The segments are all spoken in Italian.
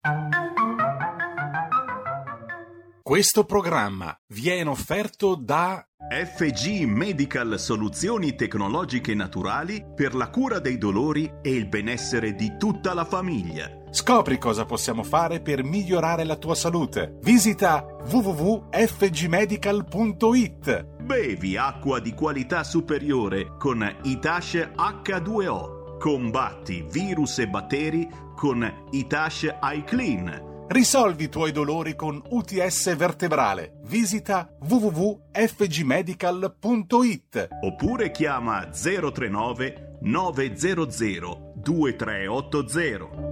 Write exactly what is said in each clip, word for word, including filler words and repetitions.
Questo programma viene offerto da F G Medical Soluzioni tecnologiche naturali per la cura dei dolori e il benessere di tutta la famiglia. Scopri cosa possiamo fare per migliorare la tua salute. Visita w w w punto f g medical punto i t. Bevi acqua di qualità superiore con Itash acca due o. Combatti virus e batteri con Itash iClean. Risolvi i tuoi dolori con U T S vertebrale. Visita w w w punto f g medical punto i t oppure chiama zero tre nove nove zero zero due tre otto zero.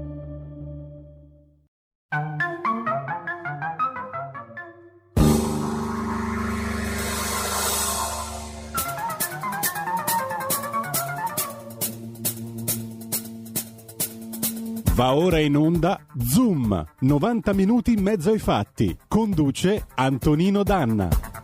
Va ora in onda Zoom, novanta minuti in mezzo ai fatti. Conduce Antonino Danna.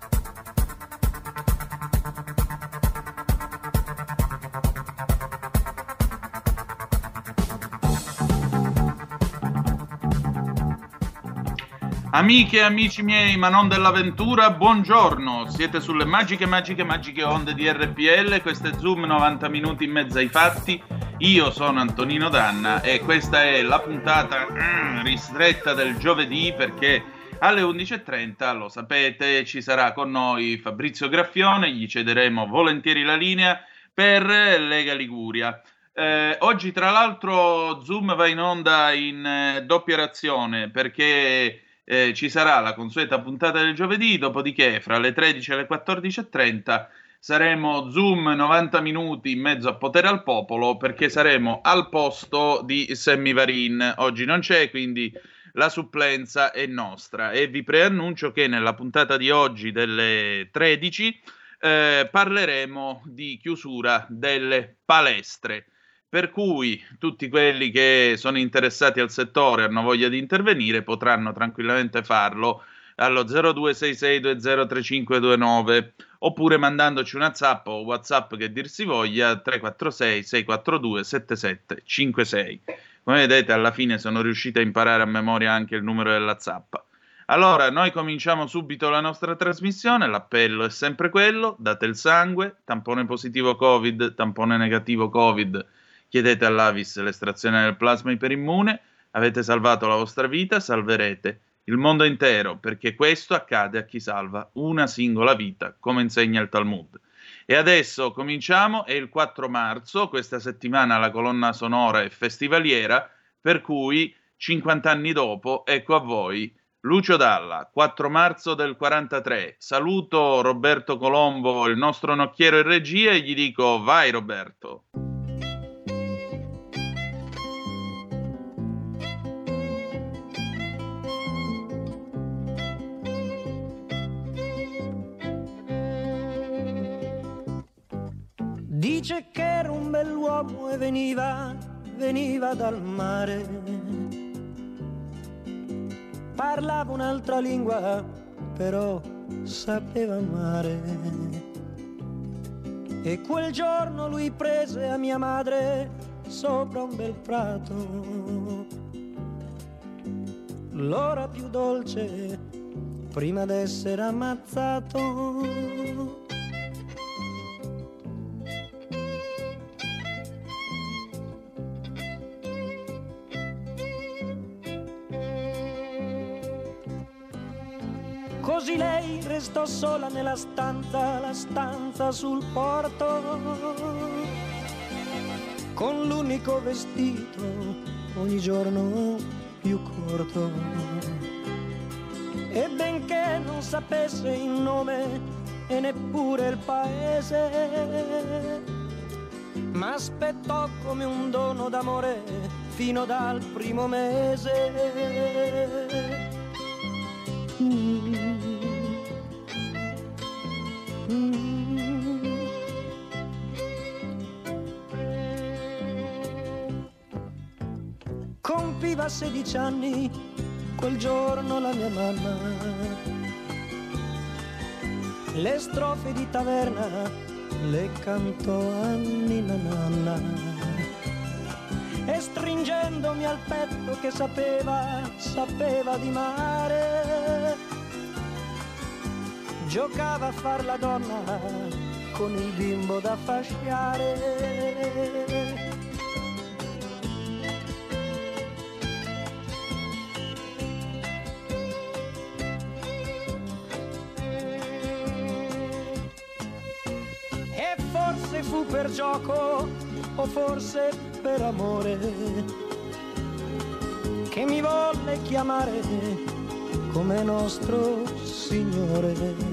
Amiche e amici miei, ma non dell'avventura, buongiorno. Siete sulle magiche, magiche, magiche onde di R P L. Questo è Zoom, novanta minuti in mezzo ai fatti. Io sono Antonino Danna e questa è la puntata mm, ristretta del giovedì, perché alle undici e trenta, lo sapete, ci sarà con noi Fabrizio Graffione. Gli cederemo volentieri la linea per Lega Liguria. Eh, oggi tra l'altro Zoom va in onda in eh, doppia razione, perché eh, ci sarà la consueta puntata del giovedì, dopodiché fra le tredici e le quattordici e trenta saremo Zoom novanta minuti in mezzo a potere al popolo, perché saremo al posto di Sammy Varin. Oggi non c'è, quindi la supplenza è nostra, e vi preannuncio che nella puntata di oggi delle tredici eh, parleremo di chiusura delle palestre, per cui tutti quelli che sono interessati al settore e hanno voglia di intervenire potranno tranquillamente farlo allo zero due sei sei due zero tre cinque due nove, oppure mandandoci una zap o WhatsApp che dir si voglia, tre quattro sei sei quattro due sette sette cinque sei. Come vedete, alla fine sono riuscito a imparare a memoria anche il numero della zappa. Allora, noi cominciamo subito la nostra trasmissione. L'appello è sempre quello: date il sangue, tampone positivo Covid, tampone negativo Covid, chiedete all'Avis l'estrazione del plasma iperimmune. Avete salvato la vostra vita, salverete il mondo intero, perché questo accade a chi salva una singola vita, come insegna il Talmud. E adesso cominciamo. È il quattro marzo, questa settimana la colonna sonora è festivaliera, per cui cinquanta anni dopo, ecco a voi Lucio Dalla, quattro marzo del quarantatré. Saluto Roberto Colombo, il nostro nocchiero in regia, e gli dico: vai Roberto. Dice che era un bell'uomo e veniva, veniva dal mare. Parlava un'altra lingua, però sapeva amare. E quel giorno lui prese a mia madre sopra un bel prato, l'ora più dolce prima d'essere ammazzato. Così lei restò sola nella stanza, la stanza sul porto, con l'unico vestito ogni giorno più corto. E benché non sapesse il nome e neppure il paese, m'aspettò come un dono d'amore fino dal primo mese. Mm. Mm. Compiva sedici anni quel giorno la mia mamma, le strofe di taverna le cantò a Nina Nanna, e stringendomi al petto che sapeva, sapeva di mare. Giocava a far la donna con il bimbo da fasciare. E forse fu per gioco o forse per amore che mi volle chiamare come nostro Signore.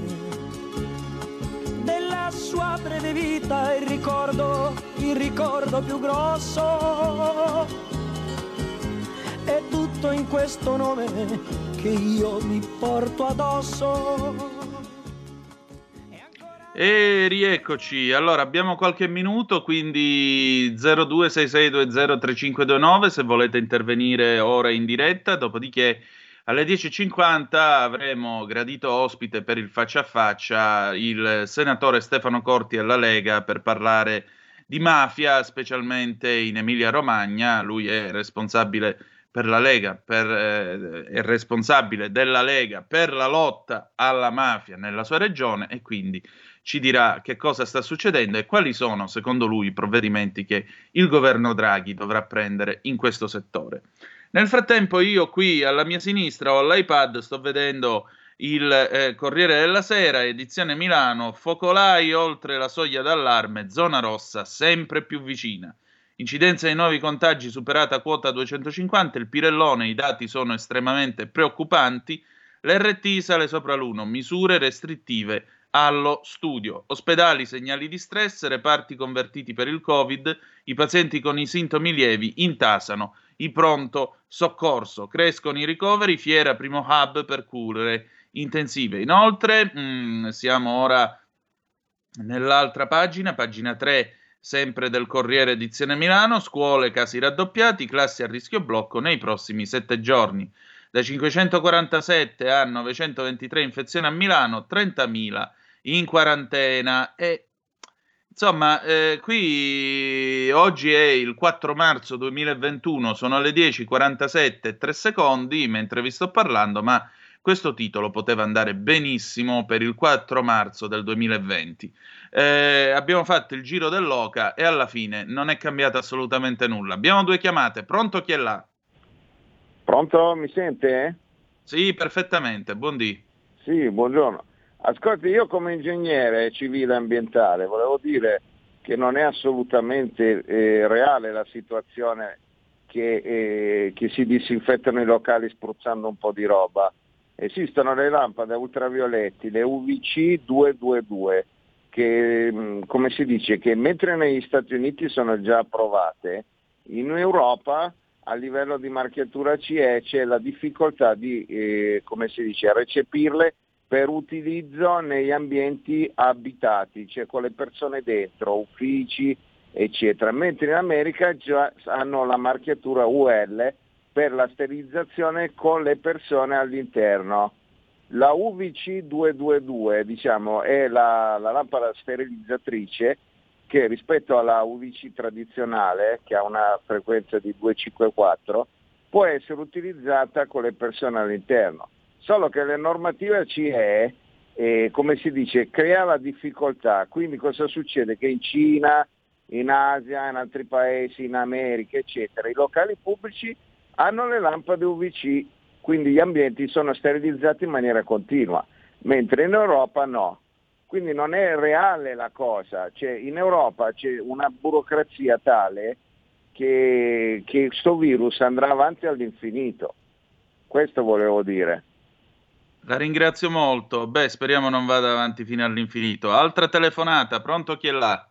Della sua breve vita il ricordo, il ricordo più grosso è tutto in questo nome che io mi porto addosso. E rieccoci, allora abbiamo qualche minuto, quindi zero due sei sei due zero tre cinque due nove se volete intervenire ora in diretta, dopodiché alle dieci e cinquanta avremo gradito ospite per il faccia a faccia il senatore Stefano Corti alla Lega per parlare di mafia, specialmente in Emilia-Romagna. Lui è responsabile per la Lega, per, eh, è responsabile della Lega per la lotta alla mafia nella sua regione e quindi ci dirà che cosa sta succedendo e quali sono, secondo lui, i provvedimenti che il governo Draghi dovrà prendere in questo settore. Nel frattempo io qui alla mia sinistra ho l'iPad, sto vedendo il eh, Corriere della Sera, edizione Milano, focolai oltre la soglia d'allarme, zona rossa sempre più vicina. Incidenza di nuovi contagi superata quota duecentocinquanta, il Pirellone, i dati sono estremamente preoccupanti, l'R T sale sopra l'uno, misure restrittive allo studio. Ospedali, segnali di stress, reparti convertiti per il Covid, i pazienti con i sintomi lievi intasano i pronto soccorso, crescono i ricoveri, Fiera primo hub per cure intensive. Inoltre, mh, siamo ora nell'altra pagina, pagina tre, sempre del Corriere edizione Milano, scuole, casi raddoppiati, classi a rischio blocco nei prossimi sette giorni. Da cinquecentoquarantasette a novecentoventitré infezioni a Milano, trentamila in quarantena e insomma eh, qui oggi è il quattro marzo duemilaventuno, sono le dieci e quarantasette e tre secondi mentre vi sto parlando, ma questo titolo poteva andare benissimo per il quattro marzo del duemilaventi. Eh, abbiamo fatto il giro dell'Oca e alla fine non è cambiato assolutamente nulla. Abbiamo due chiamate, pronto, chi è là? Pronto, mi sente? Sì, perfettamente, buondì. Sì, buongiorno. Ascolti, io come ingegnere civile ambientale volevo dire che non è assolutamente eh, reale la situazione che, eh, che si disinfettano i locali spruzzando un po' di roba. Esistono le lampade ultravioletti, le U V C duecentoventidue, che come si dice, che mentre negli Stati Uniti sono già approvate, in Europa a livello di marchiatura C E c'è la difficoltà di, eh, come si dice, recepirle per utilizzo negli ambienti abitati, cioè con le persone dentro, uffici, eccetera, mentre in America già hanno la marchiatura U L per la sterilizzazione con le persone all'interno. La U V C duecentoventidue, diciamo, è la, la lampada sterilizzatrice che rispetto alla U V C tradizionale, che ha una frequenza di duecentocinquantaquattro, può essere utilizzata con le persone all'interno. Solo che le normative C E, eh, come si dice, crea la difficoltà. Quindi cosa succede? Che in Cina, in Asia, in altri paesi, in America, eccetera, i locali pubblici hanno le lampade U V C, quindi gli ambienti sono sterilizzati in maniera continua, mentre in Europa no. Quindi non è reale la cosa, cioè, in Europa c'è una burocrazia tale che, che sto virus andrà avanti all'infinito. Questo volevo dire. La ringrazio molto. Beh, speriamo non vada avanti fino all'infinito. Altra telefonata, pronto, chi è là?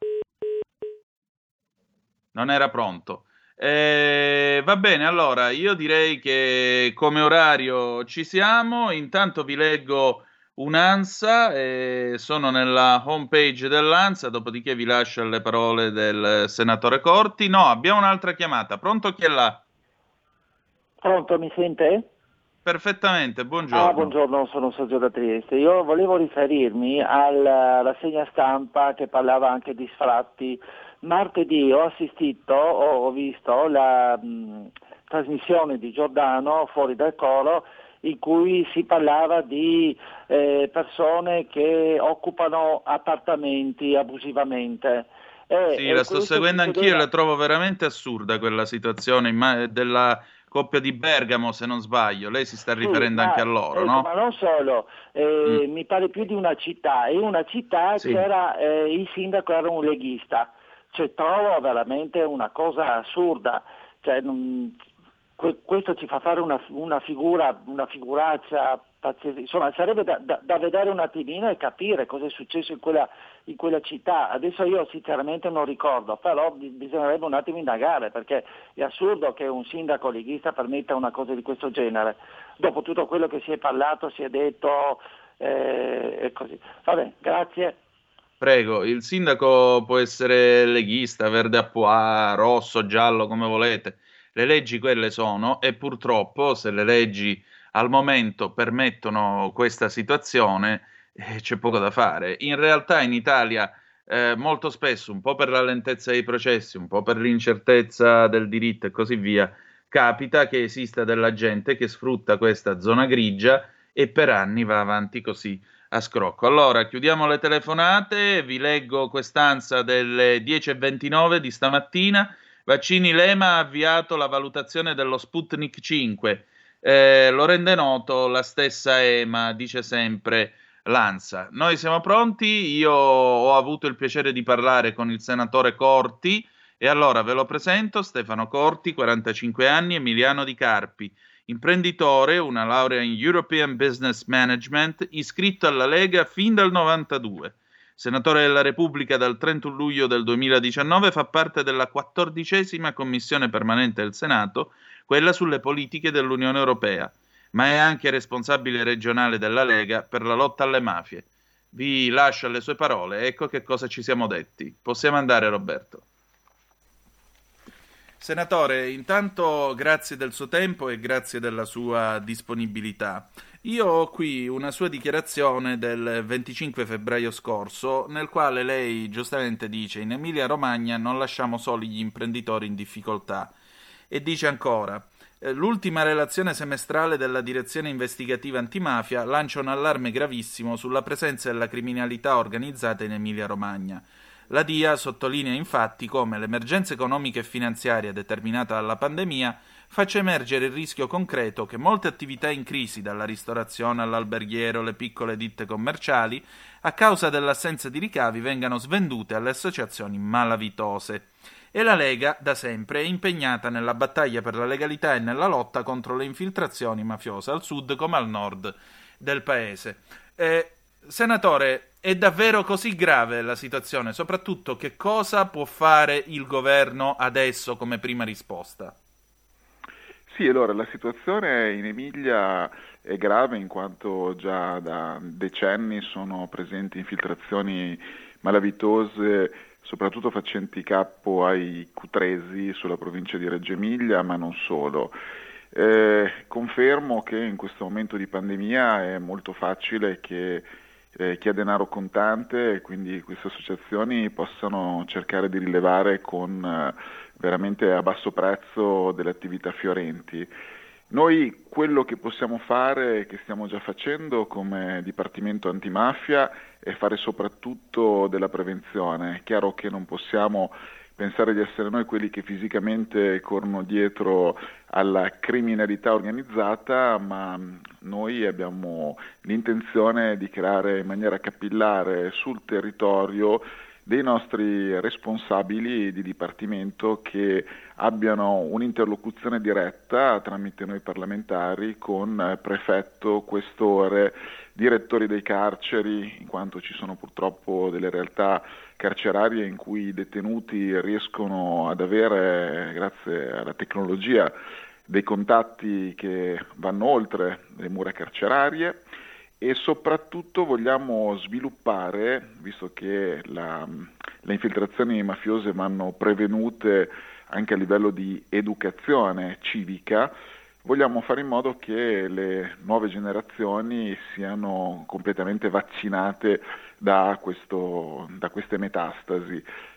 Non era pronto. Eh, va bene, allora io direi che come orario ci siamo. Intanto vi leggo un'ANSA, eh, sono nella homepage dell'ANSA, dopodiché vi lascio le parole del senatore Corti. No, abbiamo un'altra chiamata. Pronto, chi è là? Pronto, mi sente? Perfettamente, buongiorno. Ah, buongiorno, sono Sergio da Trieste. Io volevo riferirmi alla rassegna stampa che parlava anche di sfratti martedì ho assistito, ho, ho visto la mh, trasmissione di Giordano fuori dal coro, in cui si parlava di eh, persone che occupano appartamenti abusivamente. E, sì, e la sto seguendo anch'io e la trovo veramente assurda quella situazione ma- della coppia di Bergamo, se non sbaglio. Lei si sta riferendo sì, ma, anche a loro, ecco, no? Ma non solo, eh, mm. mi pare più di una città. In una città sì. c'era eh, il sindaco era un leghista. Cioè, trovo veramente una cosa assurda. Cioè, non, questo ci fa fare una, una figura, una figuraccia pazzesca. Insomma, sarebbe da, da, da vedere un attimino e capire cosa è successo in quella, in quella città. Adesso io sinceramente non ricordo, però bisognerebbe un attimo indagare, perché è assurdo che un sindaco leghista permetta una cosa di questo genere. Dopo tutto quello che si è parlato, si è detto eh, e così. Vabbè, grazie. Prego, il sindaco può essere leghista, verde a pois, rosso, giallo, come volete. Le leggi quelle sono e purtroppo se le leggi al momento permettono questa situazione eh, c'è poco da fare. In realtà in Italia eh, molto spesso, un po' per la lentezza dei processi, un po' per l'incertezza del diritto e così via, capita che esista della gente che sfrutta questa zona grigia e per anni va avanti così a scrocco. Allora, chiudiamo le telefonate, vi leggo quest'ansa delle dieci e ventinove di stamattina. Vaccini, l'Ema ha avviato la valutazione dello Sputnik cinque. Eh, lo rende noto la stessa EMA, dice sempre l'ANSA. Noi siamo pronti, io ho avuto il piacere di parlare con il senatore Corti e allora ve lo presento: Stefano Corti, quarantacinque anni, Emiliano di Carpi, imprenditore, una laurea in European Business Management, iscritto alla Lega fin dal novantadue. Senatore della Repubblica dal trentuno luglio del duemiladiciannove, fa parte della quattordicesima commissione permanente del Senato, quella sulle politiche dell'Unione Europea, ma è anche responsabile regionale della Lega per la lotta alle mafie. Vi lascio alle sue parole, ecco che cosa ci siamo detti. Possiamo andare, Roberto. Senatore, intanto grazie del suo tempo e grazie della sua disponibilità. Io ho qui una sua dichiarazione del venticinque febbraio scorso, nel quale lei giustamente dice: in Emilia-Romagna non lasciamo soli gli imprenditori in difficoltà. E dice ancora: l'ultima relazione semestrale della Direzione Investigativa Antimafia lancia un allarme gravissimo sulla presenza della criminalità organizzata in Emilia-Romagna. La D I A sottolinea infatti come l'emergenza economica e finanziaria determinata dalla pandemia faccia emergere il rischio concreto che molte attività in crisi, dalla ristorazione all'alberghiero, le piccole ditte commerciali, a causa dell'assenza di ricavi vengano svendute alle associazioni malavitose. E la Lega, da sempre, è impegnata nella battaglia per la legalità e nella lotta contro le infiltrazioni mafiose al sud come al nord del paese. Eh, senatore, è davvero così grave la situazione? Soprattutto, che cosa può fare il governo adesso come prima risposta? Sì, allora la situazione in Emilia è grave in quanto già da decenni sono presenti infiltrazioni malavitose, soprattutto facenti capo ai cutresi sulla provincia di Reggio Emilia, ma non solo. Eh, confermo che in questo momento di pandemia è molto facile che eh, chi ha denaro contante e quindi queste associazioni possano cercare di rilevare con eh, veramente a basso prezzo delle attività fiorenti. Noi quello che possiamo fare, che stiamo già facendo come Dipartimento Antimafia, è fare soprattutto della prevenzione. È chiaro che non possiamo pensare di essere noi quelli che fisicamente corrono dietro alla criminalità organizzata, ma noi abbiamo l'intenzione di creare in maniera capillare sul territorio dei nostri responsabili di dipartimento che abbiano un'interlocuzione diretta tramite noi parlamentari con prefetto, questore, direttori dei carceri, in quanto ci sono purtroppo delle realtà carcerarie in cui i detenuti riescono ad avere, grazie alla tecnologia, dei contatti che vanno oltre le mura carcerarie. E soprattutto vogliamo sviluppare, visto che la, le infiltrazioni mafiose vanno prevenute anche a livello di educazione civica, vogliamo fare in modo che le nuove generazioni siano completamente vaccinate da, questo, da queste metastasi,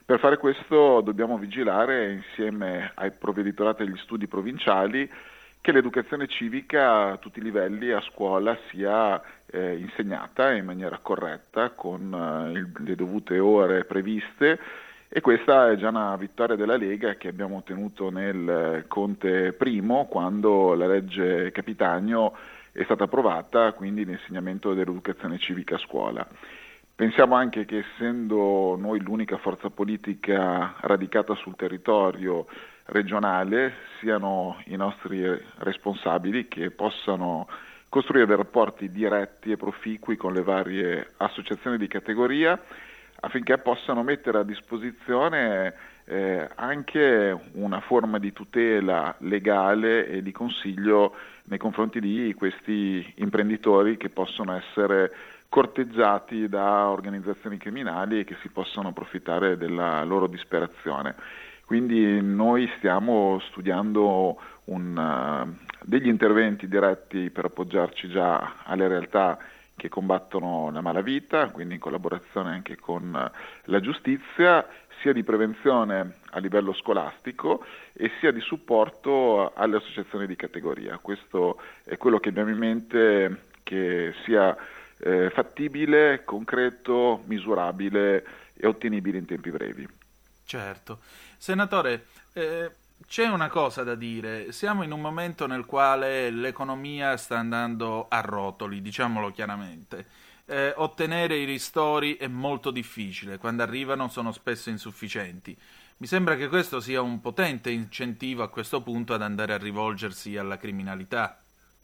Per fare questo dobbiamo vigilare insieme ai provveditorati e agli studi provinciali che l'educazione civica a tutti i livelli a scuola sia eh, insegnata in maniera corretta, con eh, il, le dovute ore previste, e questa è già una vittoria della Lega che abbiamo ottenuto nel Conte primo, quando la legge Capitagno è stata approvata, quindi l'insegnamento dell'educazione civica a scuola. Pensiamo anche che, essendo noi l'unica forza politica radicata sul territorio regionale, siano i nostri responsabili che possano costruire dei rapporti diretti e proficui con le varie associazioni di categoria, affinché possano mettere a disposizione eh, anche una forma di tutela legale e di consiglio nei confronti di questi imprenditori che possono essere corteggiati da organizzazioni criminali e che si possono approfittare della loro disperazione. Quindi noi stiamo studiando un, uh, degli interventi diretti per appoggiarci già alle realtà che combattono la malavita, quindi in collaborazione anche con la giustizia, sia di prevenzione a livello scolastico e sia di supporto alle associazioni di categoria. Questo è quello che abbiamo in mente, che sia eh, fattibile, concreto, misurabile e ottenibile in tempi brevi. Certo. Senatore, eh, c'è una cosa da dire. Siamo in un momento nel quale l'economia sta andando a rotoli, diciamolo chiaramente. Eh, ottenere i ristori è molto difficile, quando arrivano sono spesso insufficienti. Mi sembra che questo sia un potente incentivo a questo punto ad andare a rivolgersi alla criminalità.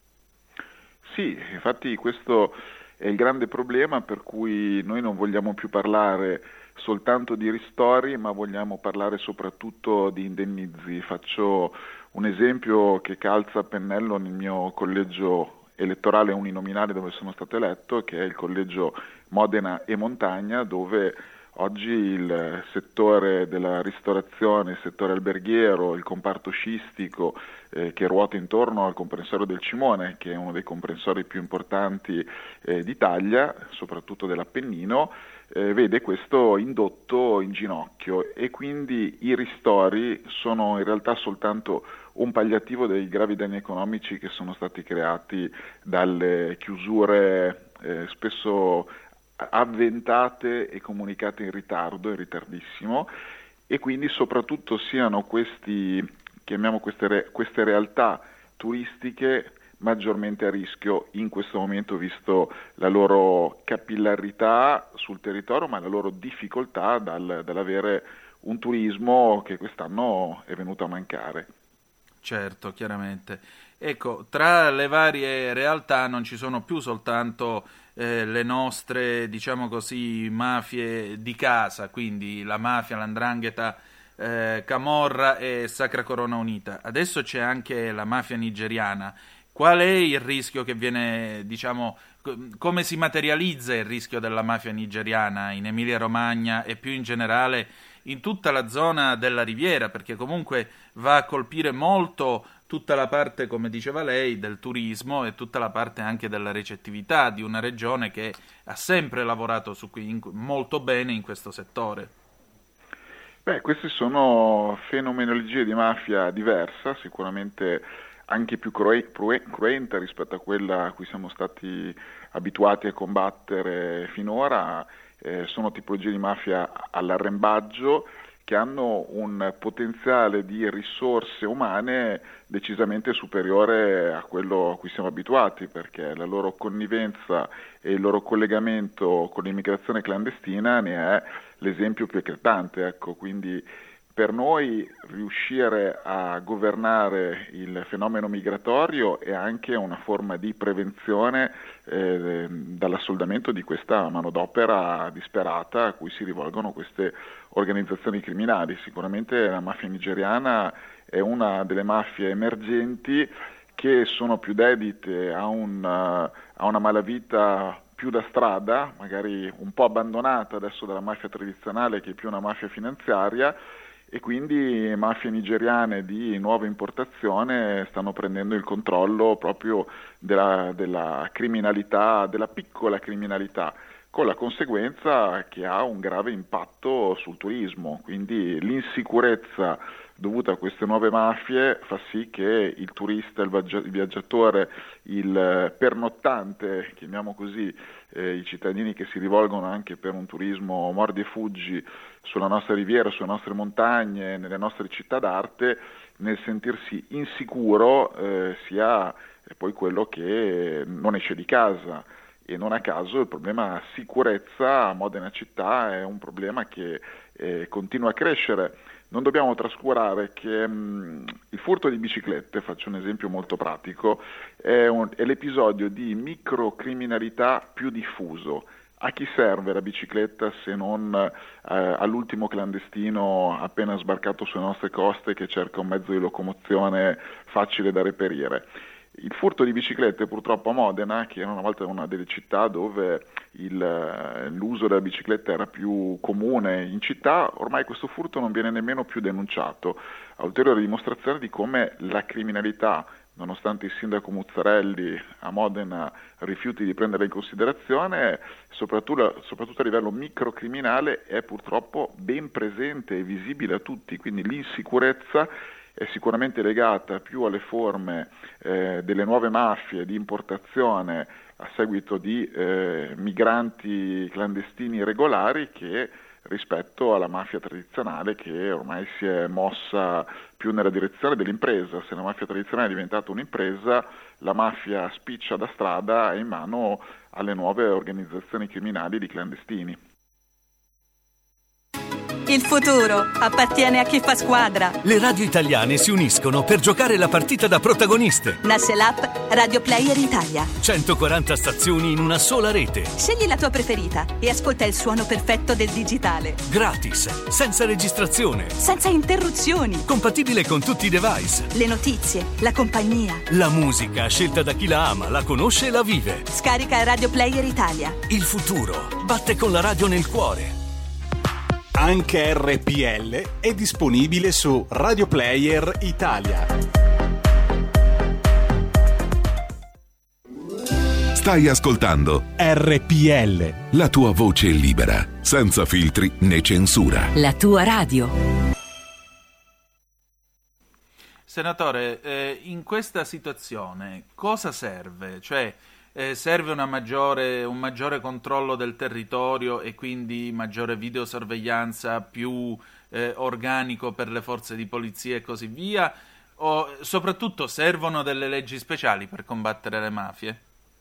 Sì, infatti questo è il grande problema, per cui noi non vogliamo più parlare soltanto di ristori, ma vogliamo parlare soprattutto di indennizi. Faccio un esempio che calza a pennello nel mio collegio elettorale uninominale dove sono stato eletto, che è il collegio Modena e Montagna, dove oggi il settore della ristorazione, il settore alberghiero, il comparto sciistico eh, che ruota intorno al comprensorio del Cimone, che è uno dei comprensori più importanti eh, d'Italia, soprattutto dell'Appennino, eh, vede questo indotto in ginocchio, e quindi i ristori sono in realtà soltanto un palliativo dei gravi danni economici che sono stati creati dalle chiusure eh, spesso avventate e comunicate in ritardo, in ritardissimo, e quindi soprattutto siano questi, chiamiamo queste, re, queste realtà turistiche maggiormente a rischio in questo momento, visto la loro capillarità sul territorio, ma la loro difficoltà dal, dall'avere un turismo che quest'anno è venuto a mancare. Certo, chiaramente. Ecco, tra le varie realtà non ci sono più soltanto eh, le nostre, diciamo così, mafie di casa, quindi la mafia, l'andrangheta, eh, Camorra e Sacra Corona Unita. Adesso c'è anche la mafia nigeriana. Qual è il rischio che viene, diciamo, come si materializza il rischio della mafia nigeriana in Emilia-Romagna e più in generale in tutta la zona della Riviera, perché comunque va a colpire molto tutta la parte, come diceva lei, del turismo e tutta la parte anche della recettività di una regione che ha sempre lavorato su qui, in, molto bene in questo settore. Beh, queste sono fenomenologie di mafia diversa, sicuramente anche più cruenta rispetto a quella a cui siamo stati abituati a combattere finora. Eh, sono tipologie di mafia all'arrembaggio che hanno un potenziale di risorse umane decisamente superiore a quello a cui siamo abituati, perché la loro connivenza e il loro collegamento con l'immigrazione clandestina ne è l'esempio più eclatante. Ecco, quindi per noi riuscire a governare il fenomeno migratorio è anche una forma di prevenzione eh, dall'assoldamento di questa manodopera disperata a cui si rivolgono queste organizzazioni criminali. Sicuramente la mafia nigeriana è una delle mafie emergenti che sono più dedite a, un, a una malavita più da strada, magari un po' abbandonata adesso dalla mafia tradizionale, che è più una mafia finanziaria, e quindi mafie nigeriane di nuova importazione stanno prendendo il controllo proprio della, della criminalità, della piccola criminalità, con la conseguenza che ha un grave impatto sul turismo, quindi l'insicurezza dovuta a queste nuove mafie fa sì che il turista, il, viaggi- il viaggiatore, il pernottante, chiamiamo così, eh, i cittadini che si rivolgono anche per un turismo mordi e fuggi sulla nostra riviera, sulle nostre montagne, nelle nostre città d'arte, nel sentirsi insicuro eh, sia poi quello che non esce di casa. E non a caso il problema sicurezza a Modena città è un problema che eh, continua a crescere. Non dobbiamo trascurare che mh, il furto di biciclette, faccio un esempio molto pratico, è, un, è l'episodio di microcriminalità più diffuso. A chi serve la bicicletta se non eh, all'ultimo clandestino appena sbarcato sulle nostre coste che cerca un mezzo di locomozione facile da reperire? Il furto di biciclette purtroppo a Modena, che era una volta una delle città dove il, l'uso della bicicletta era più comune in città, ormai questo furto non viene nemmeno più denunciato, a ulteriore dimostrazione di come la criminalità, nonostante il sindaco Muzzarelli a Modena rifiuti di prenderla in considerazione, soprattutto, soprattutto a livello microcriminale è purtroppo ben presente e visibile a tutti, quindi l'insicurezza è sicuramente legata più alle forme eh, delle nuove mafie di importazione a seguito di eh, migranti clandestini regolari che rispetto alla mafia tradizionale che ormai si è mossa più nella direzione dell'impresa. Se la mafia tradizionale è diventata un'impresa, la mafia spiccia da strada è in mano alle nuove organizzazioni criminali di clandestini. Il futuro appartiene a chi fa squadra. Le radio italiane si uniscono per giocare la partita da protagoniste. Nasce l'app Radio Player Italia. centoquaranta stazioni in una sola rete. Scegli la tua preferita e ascolta il suono perfetto del digitale. Gratis, senza registrazione. Senza interruzioni. Compatibile con tutti i device. Le notizie, la compagnia. La musica scelta da chi la ama, la conosce e la vive. Scarica Radio Player Italia. Il futuro batte con la radio nel cuore. Anche R P L è disponibile su Radio Player Italia. Stai ascoltando R P L, la tua voce libera, senza filtri né censura. La tua radio. Senatore, eh, in questa situazione cosa serve? Cioè, Eh, serve una maggiore, un maggiore controllo del territorio e quindi maggiore videosorveglianza, più eh, organico per le forze di polizia e così via, o soprattutto servono delle leggi speciali per combattere le mafie?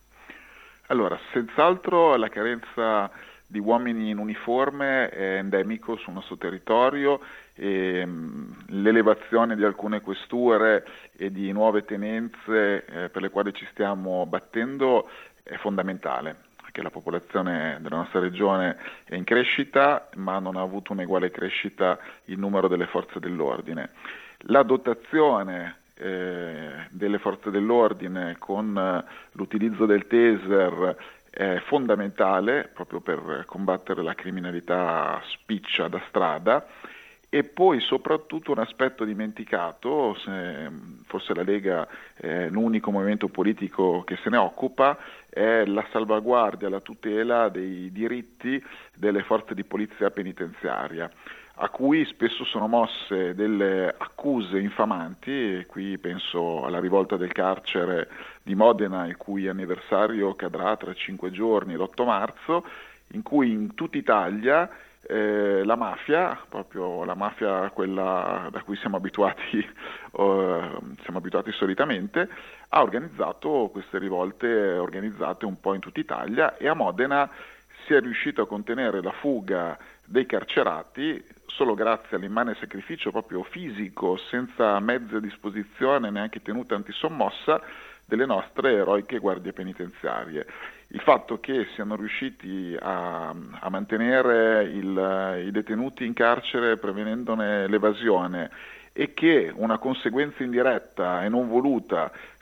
Allora, senz'altro la carenza di uomini in uniforme è endemico sul nostro territorio e mh, l'elevazione di alcune questure e di nuove tenenze eh, per le quali ci stiamo battendo è fondamentale, perché la popolazione della nostra regione è in crescita, ma non ha avuto un'eguale crescita il numero delle forze dell'ordine. La dotazione eh, delle forze dell'ordine con eh, l'utilizzo del taser è fondamentale proprio per combattere la criminalità spiccia da strada. E poi soprattutto un aspetto dimenticato, se forse la Lega è l'unico movimento politico che se ne occupa, è la salvaguardia, la tutela dei diritti delle forze di polizia penitenziaria, a cui spesso sono mosse delle accuse infamanti, e qui penso alla rivolta del carcere di Modena, il cui anniversario cadrà tra cinque giorni, l'otto marzo, in cui in tutta Italia Eh, la mafia, proprio la mafia quella da cui siamo abituati, eh, siamo abituati solitamente, ha organizzato queste rivolte organizzate un po' in tutta Italia, e a Modena si è riuscito a contenere la fuga dei carcerati solo grazie all'immane sacrificio proprio fisico, senza mezzi a disposizione, neanche tenuta antisommossa, delle nostre eroiche guardie penitenziarie. Il fatto che siano riusciti a, a mantenere il, i detenuti in carcere prevenendone l'evasione, e che una conseguenza indiretta e non voluta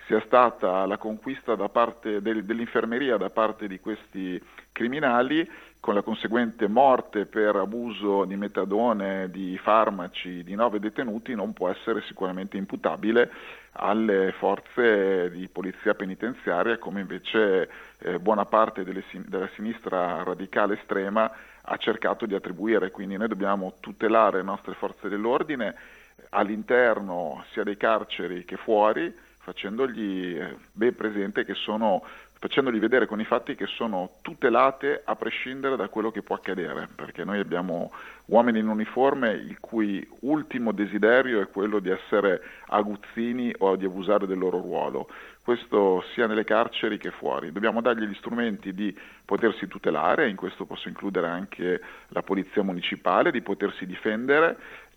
sia stata la conquista da parte del, dell'infermeria da parte di questi criminali, con la conseguente morte per abuso di metadone, di farmaci di nove detenuti, non può essere sicuramente imputabile alle forze di polizia penitenziaria, come invece eh, buona parte delle, della sinistra radicale estrema ha cercato di attribuire. Quindi noi dobbiamo tutelare le nostre forze dell'ordine all'interno sia dei carceri che fuori, facendogli eh, ben presente che sono facendogli vedere con i fatti che sono tutelate a prescindere da quello che può accadere, perché noi abbiamo uomini in uniforme il cui ultimo desiderio è quello di essere aguzzini o di abusare del loro ruolo. Questo sia nelle carceri che fuori. Dobbiamo dargli gli strumenti di potersi tutelare, in questo posso includere anche la polizia municipale, di potersi difendere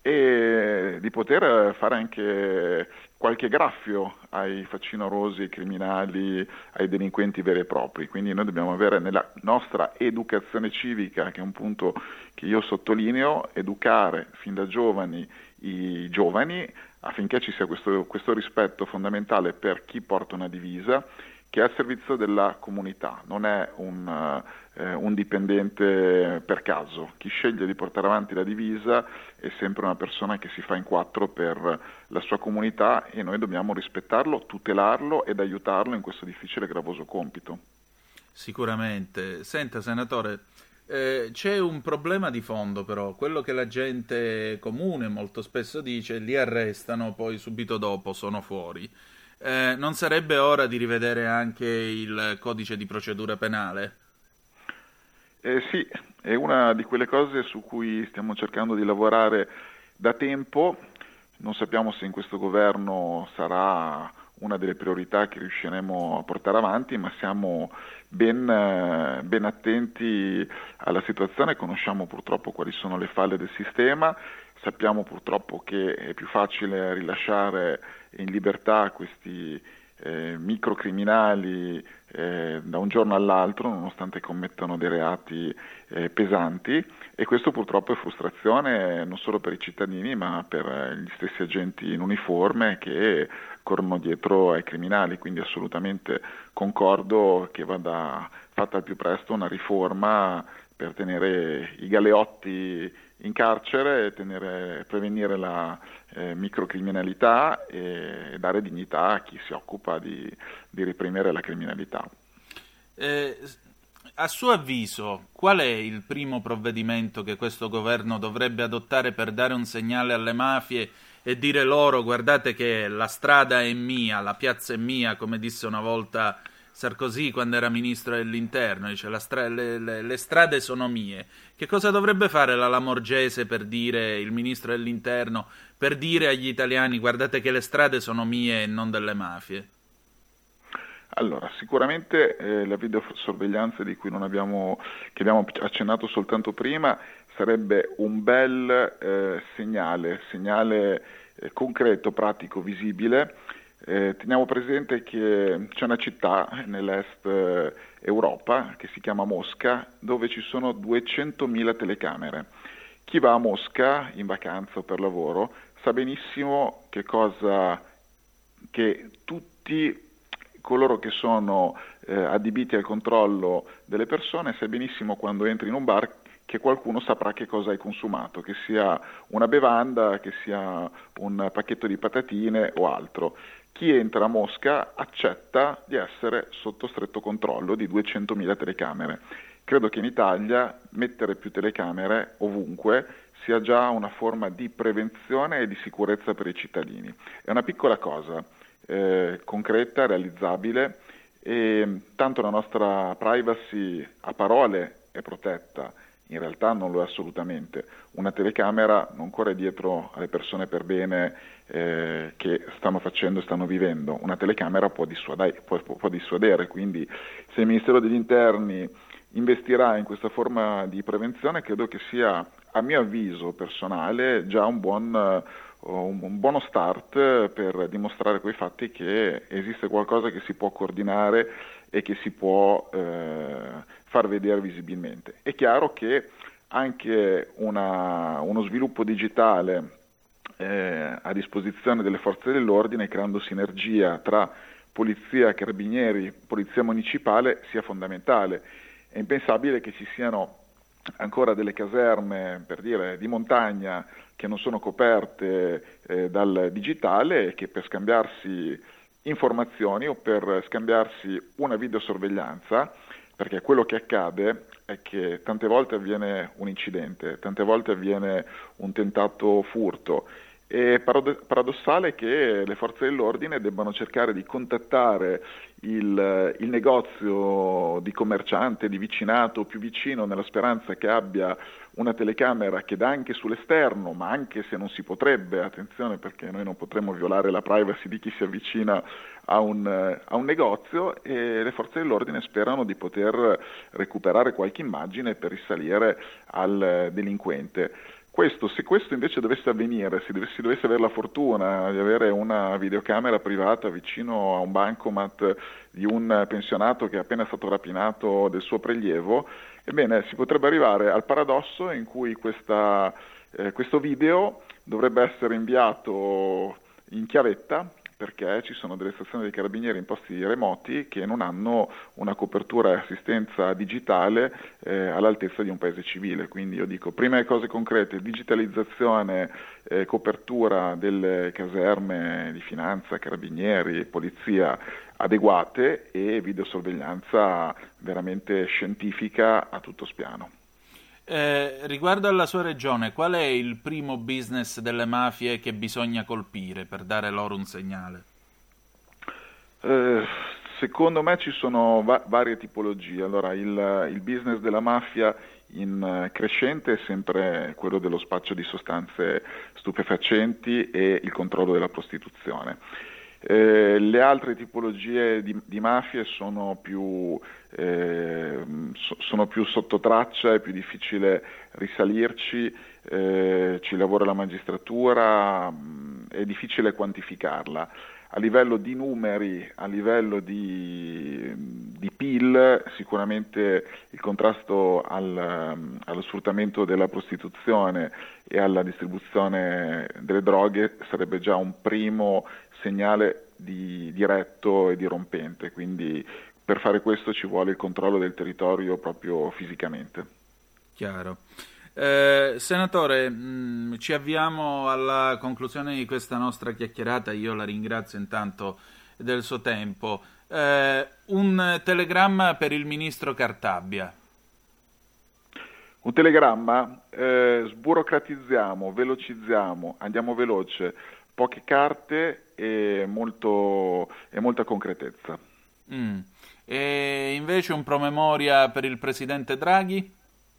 e di poter fare anche qualche graffio ai facinorosi, ai criminali, ai delinquenti veri e propri. Quindi noi dobbiamo avere nella nostra educazione civica, che è un punto che io sottolineo, educare fin da giovani i giovani affinché ci sia questo, questo rispetto fondamentale per chi porta una divisa, che è al servizio della comunità, non è un, eh, un dipendente per caso. Chi sceglie di portare avanti la divisa è sempre una persona che si fa in quattro per la sua comunità e noi dobbiamo rispettarlo, tutelarlo ed aiutarlo in questo difficile e gravoso compito. Sicuramente. Senta, senatore, eh, c'è un problema di fondo però, quello che la gente comune molto spesso dice: li arrestano, poi subito dopo sono fuori. Eh, non sarebbe ora di rivedere anche il codice di procedura penale? Eh, sì, è una di quelle cose su cui stiamo cercando di lavorare da tempo. Non sappiamo se in questo governo sarà una delle priorità che riusciremo a portare avanti, ma siamo ben, ben attenti alla situazione, conosciamo purtroppo quali sono le falle del sistema, sappiamo purtroppo che è più facile rilasciare in libertà questi eh, microcriminali eh, da un giorno all'altro, nonostante commettano dei reati eh, pesanti, e questo purtroppo è frustrazione non solo per i cittadini ma per gli stessi agenti in uniforme che corrono dietro ai criminali. Quindi assolutamente concordo che vada fatta al più presto una riforma per tenere i galeotti in carcere e tenere, prevenire la eh, microcriminalità e dare dignità a chi si occupa di, di reprimere la criminalità. Eh, a suo avviso, qual è il primo provvedimento che questo governo dovrebbe adottare per dare un segnale alle mafie e dire loro: guardate che la strada è mia, la piazza è mia, come disse una volta Sarkozy quando era ministro dell'interno, dice la stra- le, le, le strade sono mie. Che cosa dovrebbe fare la Lamorgese per dire, il ministro dell'interno, per dire agli italiani: guardate che le strade sono mie e non delle mafie? Allora, sicuramente eh, la videosorveglianza di cui non abbiamo, che abbiamo accennato soltanto prima, sarebbe un bel eh, segnale, segnale eh, concreto, pratico, visibile. Eh, teniamo presente che c'è una città nell'est eh, Europa che si chiama Mosca, dove ci sono duecentomila telecamere. Chi va a Mosca in vacanza o per lavoro sa benissimo che cosa che tutti coloro che sono eh, adibiti al controllo delle persone sa benissimo quando entri in un bar che qualcuno saprà che cosa hai consumato, che sia una bevanda, che sia un pacchetto di patatine o altro. Chi entra a Mosca accetta di essere sotto stretto controllo di duecentomila telecamere. Credo che in Italia mettere più telecamere ovunque sia già una forma di prevenzione e di sicurezza per i cittadini. È una piccola cosa, eh, concreta, realizzabile, e tanto la nostra privacy a parole è protetta, in realtà non lo è assolutamente. Una telecamera non corre dietro alle persone per bene eh, che stanno facendo e stanno vivendo. Una telecamera può dissuadere, può, può dissuadere, quindi se il Ministero degli Interni investirà in questa forma di prevenzione, credo che sia, a mio avviso personale, già un buon, un, un buono start per dimostrare coi fatti che esiste qualcosa che si può coordinare e che si può eh, far vedere visibilmente. È chiaro che anche una, uno sviluppo digitale eh, a disposizione delle forze dell'ordine, creando sinergia tra polizia, carabinieri, polizia municipale sia fondamentale. È impensabile che ci siano ancora delle caserme, per dire, di montagna che non sono coperte eh, dal digitale e che per scambiarsi informazioni o per scambiarsi una videosorveglianza, perché quello che accade è che tante volte avviene un incidente, tante volte avviene un tentato furto. È paradossale che le forze dell'ordine debbano cercare di contattare il, il negozio di commerciante, di vicinato più vicino, nella speranza che abbia una telecamera che dà anche sull'esterno, ma anche se non si potrebbe, attenzione perché noi non potremmo violare la privacy di chi si avvicina a un, a un negozio, e le forze dell'ordine sperano di poter recuperare qualche immagine per risalire al delinquente. Questo, se questo invece dovesse avvenire, se dovessi, dovesse avere la fortuna di avere una videocamera privata vicino a un bancomat di un pensionato che è appena stato rapinato del suo prelievo, ebbene si potrebbe arrivare al paradosso in cui questa, eh, questo video dovrebbe essere inviato in chiavetta, perché ci sono delle stazioni dei carabinieri in posti remoti che non hanno una copertura e assistenza digitale eh, all'altezza di un paese civile. Quindi io dico, prime cose concrete, digitalizzazione, eh, copertura delle caserme di finanza, carabinieri, polizia adeguate e videosorveglianza veramente scientifica a tutto spiano. Eh, riguardo alla sua regione, qual è il primo business delle mafie che bisogna colpire per dare loro un segnale? Eh, secondo me ci sono va- varie tipologie. Allora, il, il business della mafia in crescente è sempre quello dello spaccio di sostanze stupefacenti e il controllo della prostituzione. Eh, le altre tipologie di, di mafie sono più, eh, so, sono più sotto traccia, è più difficile risalirci, eh, ci lavora la magistratura, mh, è difficile quantificarla. A livello di numeri, a livello di, di P I L, sicuramente il contrasto al, allo sfruttamento della prostituzione e alla distribuzione delle droghe sarebbe già un primo segnale di, diretto e dirompente, quindi per fare questo ci vuole il controllo del territorio proprio fisicamente. Chiaro. Eh, senatore, mh, ci avviamo alla conclusione di questa nostra chiacchierata. Io la ringrazio intanto del suo tempo. Eh, un telegramma per il ministro Cartabia. Un telegramma? Eh, sburocratizziamo, velocizziamo, andiamo veloce, poche carte e, molto, e molta concretezza. Mm. E invece un promemoria per il presidente Draghi?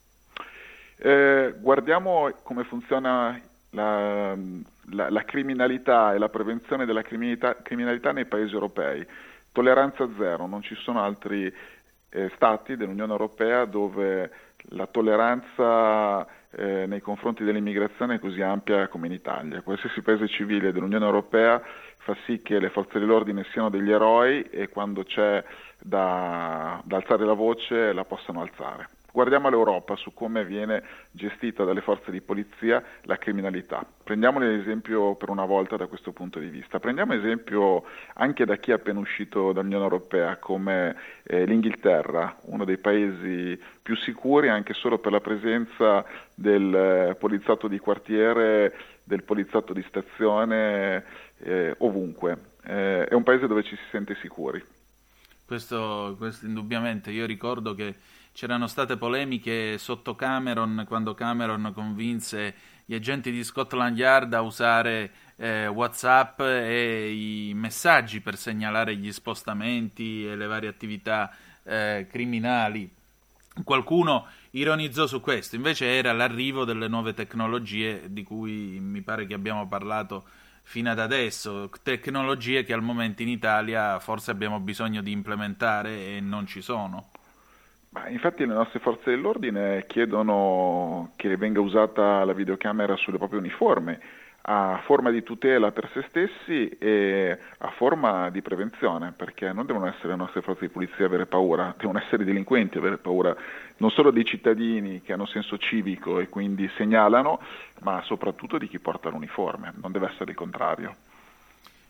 Eh, guardiamo come funziona la, la, la criminalità e la prevenzione della criminalità, criminalità nei paesi europei. Tolleranza zero, non ci sono altri eh, stati dell'Unione Europea dove la tolleranza eh, nei confronti dell'immigrazione è così ampia come in Italia. Qualsiasi paese civile dell'Unione Europea fa sì che le forze dell'ordine siano degli eroi e quando c'è da, da alzare la voce la possano alzare. Guardiamo all'Europa su come viene gestita dalle forze di polizia la criminalità. Prendiamone l'esempio per una volta da questo punto di vista. Prendiamo esempio anche da chi è appena uscito dall'Unione Europea, come eh, l'Inghilterra, uno dei paesi più sicuri anche solo per la presenza del eh, poliziotto di quartiere, del poliziotto di stazione, eh, ovunque. Eh, è un paese dove ci si sente sicuri. Questo, questo indubbiamente. Io ricordo che c'erano state polemiche sotto Cameron, quando Cameron convinse gli agenti di Scotland Yard a usare eh, WhatsApp e i messaggi per segnalare gli spostamenti e le varie attività eh, criminali. Qualcuno ironizzò su questo, invece era l'arrivo delle nuove tecnologie di cui mi pare che abbiamo parlato fino ad adesso, tecnologie che al momento in Italia forse abbiamo bisogno di implementare e non ci sono. Ma infatti le nostre forze dell'ordine chiedono che venga usata la videocamera sulle proprie uniformi, a forma di tutela per se stessi e a forma di prevenzione, perché non devono essere le nostre forze di polizia a avere paura, devono essere i delinquenti a avere paura, non solo dei cittadini che hanno senso civico e quindi segnalano, ma soprattutto di chi porta l'uniforme, non deve essere il contrario.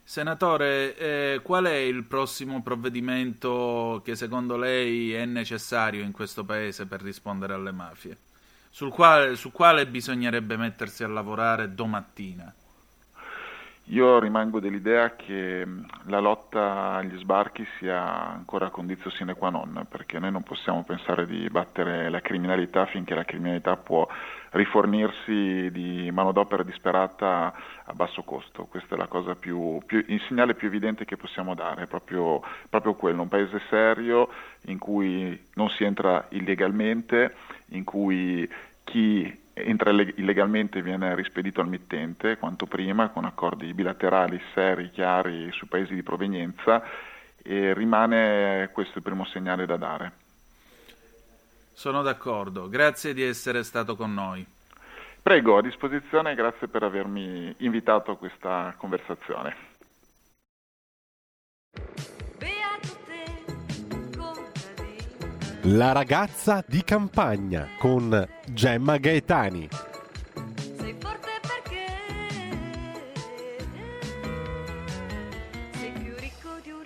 Senatore, eh, qual è il prossimo provvedimento che secondo lei è necessario in questo paese per rispondere alle mafie? Sul quale, su quale bisognerebbe mettersi a lavorare domattina? Io rimango dell'idea che la lotta agli sbarchi sia ancora condizio sine qua non, perché noi non possiamo pensare di battere la criminalità finché la criminalità può rifornirsi di manodopera disperata a basso costo. Questa è la cosa più, più il segnale più evidente che possiamo dare, proprio, proprio quello, un paese serio in cui non si entra illegalmente, in cui chi entra illegalmente viene rispedito al mittente quanto prima con accordi bilaterali seri, chiari sui paesi di provenienza, e rimane questo il primo segnale da dare. Sono d'accordo, grazie di essere stato con noi. Prego, a disposizione, grazie per avermi invitato a questa conversazione. La ragazza di campagna con Gemma Gaetani. Sei forte perché sei più ricco di un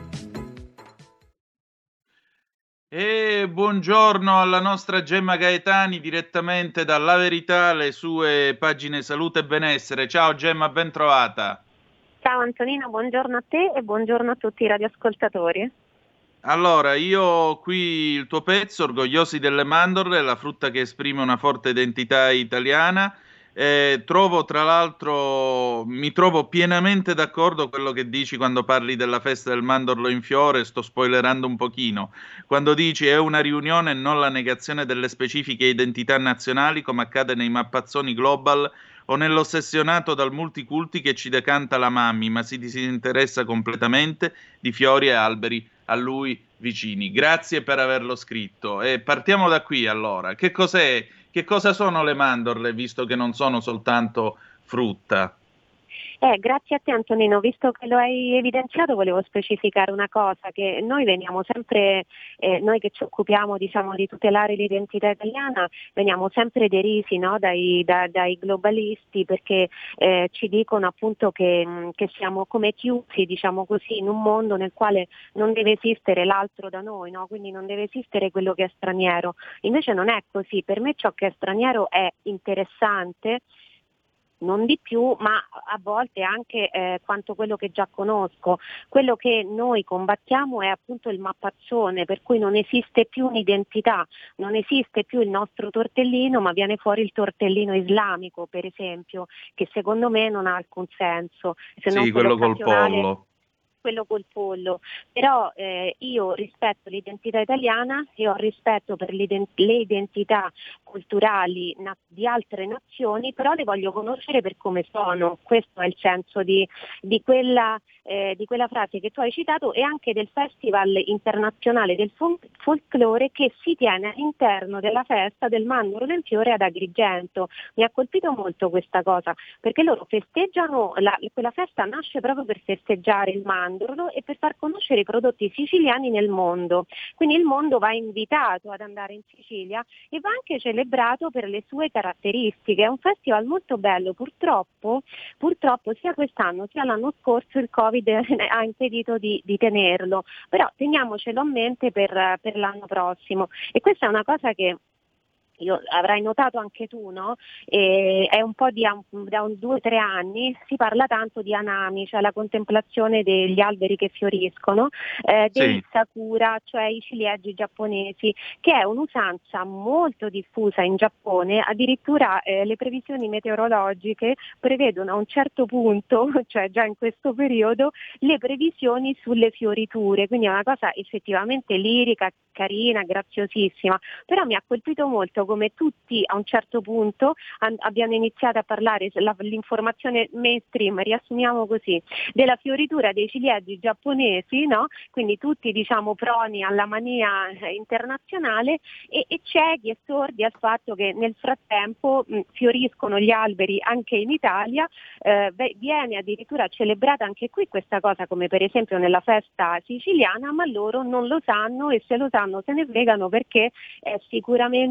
re. E buongiorno alla nostra Gemma Gaetani direttamente dalla Verità, le sue pagine salute e benessere. Ciao Gemma, ben trovata. Ciao Antonino, buongiorno a te e buongiorno a tutti i radioascoltatori. Allora, io ho qui il tuo pezzo, Orgogliosi delle mandorle, la frutta che esprime una forte identità italiana. Eh, trovo, tra l'altro, mi trovo pienamente d'accordo con quello che dici quando parli della festa del mandorlo in fiore, sto spoilerando un pochino. Quando dici è una riunione e non la negazione delle specifiche identità nazionali, come accade nei mappazzoni global o nell'ossessionato dal multiculti che ci decanta la mammi, ma si disinteressa completamente di fiori e alberi a lui vicini. Grazie per averlo scritto. E partiamo da qui allora. Che cos'è, che cosa sono le mandorle, visto che non sono soltanto frutta? Eh, grazie a te Antonino, visto che lo hai evidenziato volevo specificare una cosa, che noi veniamo sempre, eh, noi che ci occupiamo diciamo di tutelare l'identità italiana, veniamo sempre derisi, no, dai, da, dai globalisti perché eh, ci dicono appunto che, che siamo come chiusi, diciamo così, in un mondo nel quale non deve esistere l'altro da noi, no? Quindi non deve esistere quello che è straniero. Invece non è così, per me ciò che è straniero è interessante, non di più, ma a volte anche eh, quanto quello che già conosco. Quello che noi combattiamo è appunto il mappazzone, per cui non esiste più un'identità, non esiste più il nostro tortellino, ma viene fuori il tortellino islamico, per esempio, che secondo me non ha alcun senso. Se non sì, quello col pollo. quello col pollo, però eh, io rispetto l'identità italiana e ho rispetto per le identità culturali na- di altre nazioni, però le voglio conoscere per come sono. Questo è il senso di, di, quella, eh, di quella frase che tu hai citato e anche del Festival internazionale del fol- folklore che si tiene all'interno della festa del Mandorlo del Fiore ad Agrigento. Mi ha colpito molto questa cosa, perché loro festeggiano, la, quella festa nasce proprio per festeggiare il mandorlo e per far conoscere i prodotti siciliani nel mondo. Quindi il mondo va invitato ad andare in Sicilia e va anche celebrato per le sue caratteristiche. È un festival molto bello, purtroppo, purtroppo sia quest'anno sia l'anno scorso il Covid ha impedito di, di tenerlo, però teniamocelo a mente per, per l'anno prossimo. E questa è una cosa che io avrai notato anche tu, no? E è un po' di da un due o tre anni si parla tanto di Hanami, cioè la contemplazione degli alberi che fioriscono, eh, dei sì. sakura, cioè i ciliegi giapponesi, che è un'usanza molto diffusa in Giappone. Addirittura eh, le previsioni meteorologiche prevedono a un certo punto, cioè già in questo periodo, le previsioni sulle fioriture, quindi è una cosa effettivamente lirica, carina, graziosissima, però mi ha colpito molto come tutti a un certo punto an- abbiano iniziato a parlare, la, l'informazione mainstream, riassumiamo così, della fioritura dei ciliegi giapponesi, no? Quindi tutti diciamo proni alla mania eh, internazionale e, e ciechi e sordi al fatto che nel frattempo mh, fioriscono gli alberi anche in Italia, eh, beh, viene addirittura celebrata anche qui questa cosa come per esempio nella festa siciliana, ma loro non lo sanno e se lo sanno se ne fregano perché è sicuramente più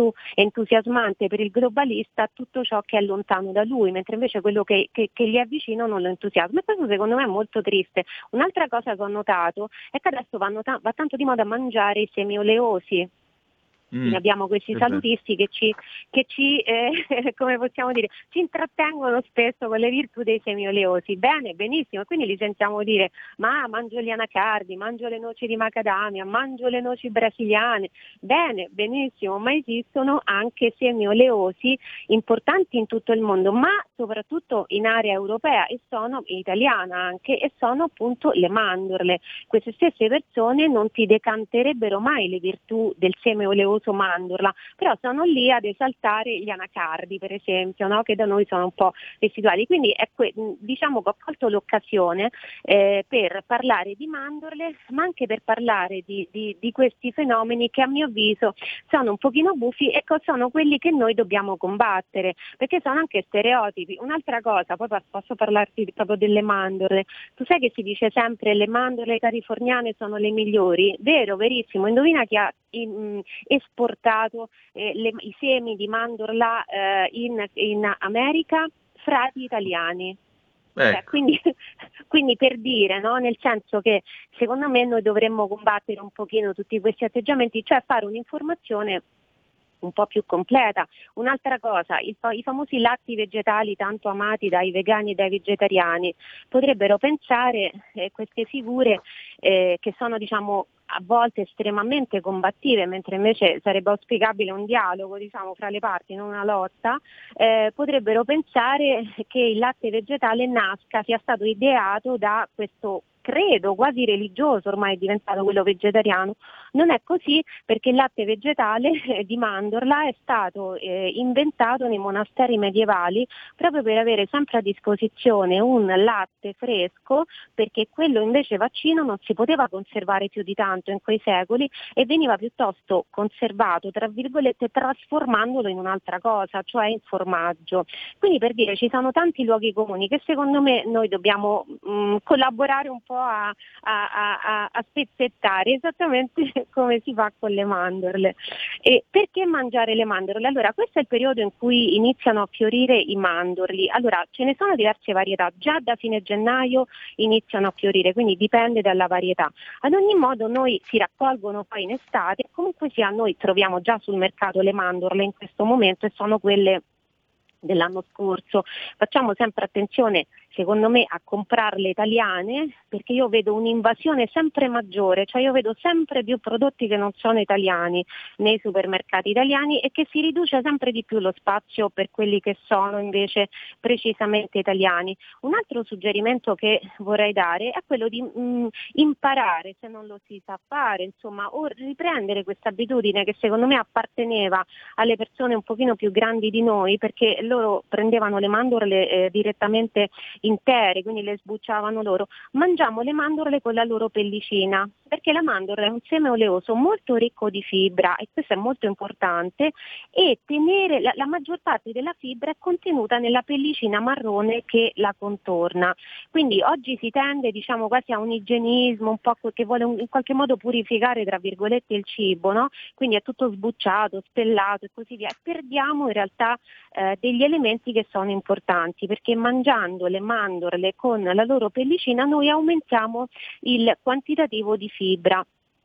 più entusiasmante per il globalista tutto ciò che è lontano da lui, mentre invece quello che, che, che gli è vicino non lo entusiasma, e questo secondo me è molto triste. Un'altra cosa che ho notato è che adesso vanno ta- va tanto di moda mangiare i semi oleosi. Mm. Abbiamo questi salutisti che ci, che ci eh, come possiamo dire, ci intrattengono spesso con le virtù dei semi oleosi. Bene, benissimo, quindi li sentiamo dire: ma mangio gli anacardi, mangio le noci di macadamia, mangio le noci brasiliane. Bene, benissimo, ma esistono anche semi oleosi importanti in tutto il mondo, ma soprattutto in area europea e sono italiana anche, e sono appunto le mandorle. Queste stesse persone non ti decanterebbero mai le virtù del seme oleoso mandorla, però sono lì ad esaltare gli anacardi, per esempio, no? Che da noi sono un po' residuali. Quindi è que- diciamo che ho colto l'occasione eh, per parlare di mandorle, ma anche per parlare di, di, di questi fenomeni che a mio avviso sono un pochino buffi e sono quelli che noi dobbiamo combattere, perché sono anche stereotipi. Un'altra cosa, poi posso parlarti proprio delle mandorle. Tu sai che si dice sempre le mandorle californiane sono le migliori? Vero, verissimo. Indovina chi ha in, esportato eh, le, i semi di mandorla eh, in, in America? Frati italiani. Ecco. Eh, quindi, quindi per dire, no? Nel senso che secondo me noi dovremmo combattere un pochino tutti questi atteggiamenti, cioè fare un'informazione un po' più completa. Un'altra cosa, il, i famosi latti vegetali tanto amati dai vegani e dai vegetariani, potrebbero pensare eh, queste figure eh, che sono, diciamo, a volte estremamente combattive, mentre invece sarebbe auspicabile un dialogo, diciamo, fra le parti, non una lotta, eh, potrebbero pensare che il latte vegetale nasca, sia stato ideato da questo credo quasi religioso, ormai è diventato quello vegetariano. Non è così, perché il latte vegetale eh, di mandorla è stato eh, inventato nei monasteri medievali proprio per avere sempre a disposizione un latte fresco, perché quello invece vaccino non si poteva conservare più di tanto in quei secoli e veniva piuttosto conservato, tra virgolette, trasformandolo in un'altra cosa, cioè in formaggio. Quindi, per dire, ci sono tanti luoghi comuni che secondo me noi dobbiamo mh, collaborare un po' A, a, a, a spezzettare, esattamente come si fa con le mandorle. E perché mangiare le mandorle? Allora, questo è il periodo in cui iniziano a fiorire i mandorli. Allora, ce ne sono diverse varietà, già da fine gennaio iniziano a fiorire, quindi dipende dalla varietà. Ad ogni modo noi si raccolgono poi in estate, comunque sia noi troviamo già sul mercato le mandorle in questo momento e sono quelle dell'anno scorso. Facciamo sempre attenzione, secondo me, a comprarle italiane, perché io vedo un'invasione sempre maggiore, cioè io vedo sempre più prodotti che non sono italiani nei supermercati italiani e che si riduce sempre di più lo spazio per quelli che sono invece precisamente italiani. Un altro suggerimento che vorrei dare è quello di mh, imparare, se non lo si sa fare, insomma, o riprendere questa abitudine che secondo me apparteneva alle persone un pochino più grandi di noi, perché loro prendevano le mandorle eh, direttamente intere, quindi le sbucciavano loro. Mangiamo le mandorle con la loro pellicina, perché la mandorla è un seme oleoso molto ricco di fibra e questo è molto importante, e tenere la, la maggior parte della fibra è contenuta nella pellicina marrone che la contorna. Quindi oggi si tende, diciamo, quasi a un igienismo un po' che vuole un, in qualche modo purificare, tra virgolette, il cibo, no? Quindi è tutto sbucciato, spellato e così via. E perdiamo in realtà eh, degli elementi che sono importanti, perché mangiando le mandorle con la loro pellicina noi aumentiamo il quantitativo di fibra.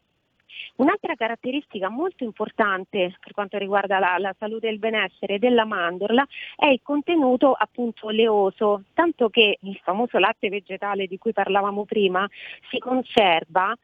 Un'altra caratteristica molto importante per quanto riguarda la, la salute e il benessere della mandorla è il contenuto appunto oleoso, tanto che il famoso latte vegetale di cui parlavamo prima si conserva,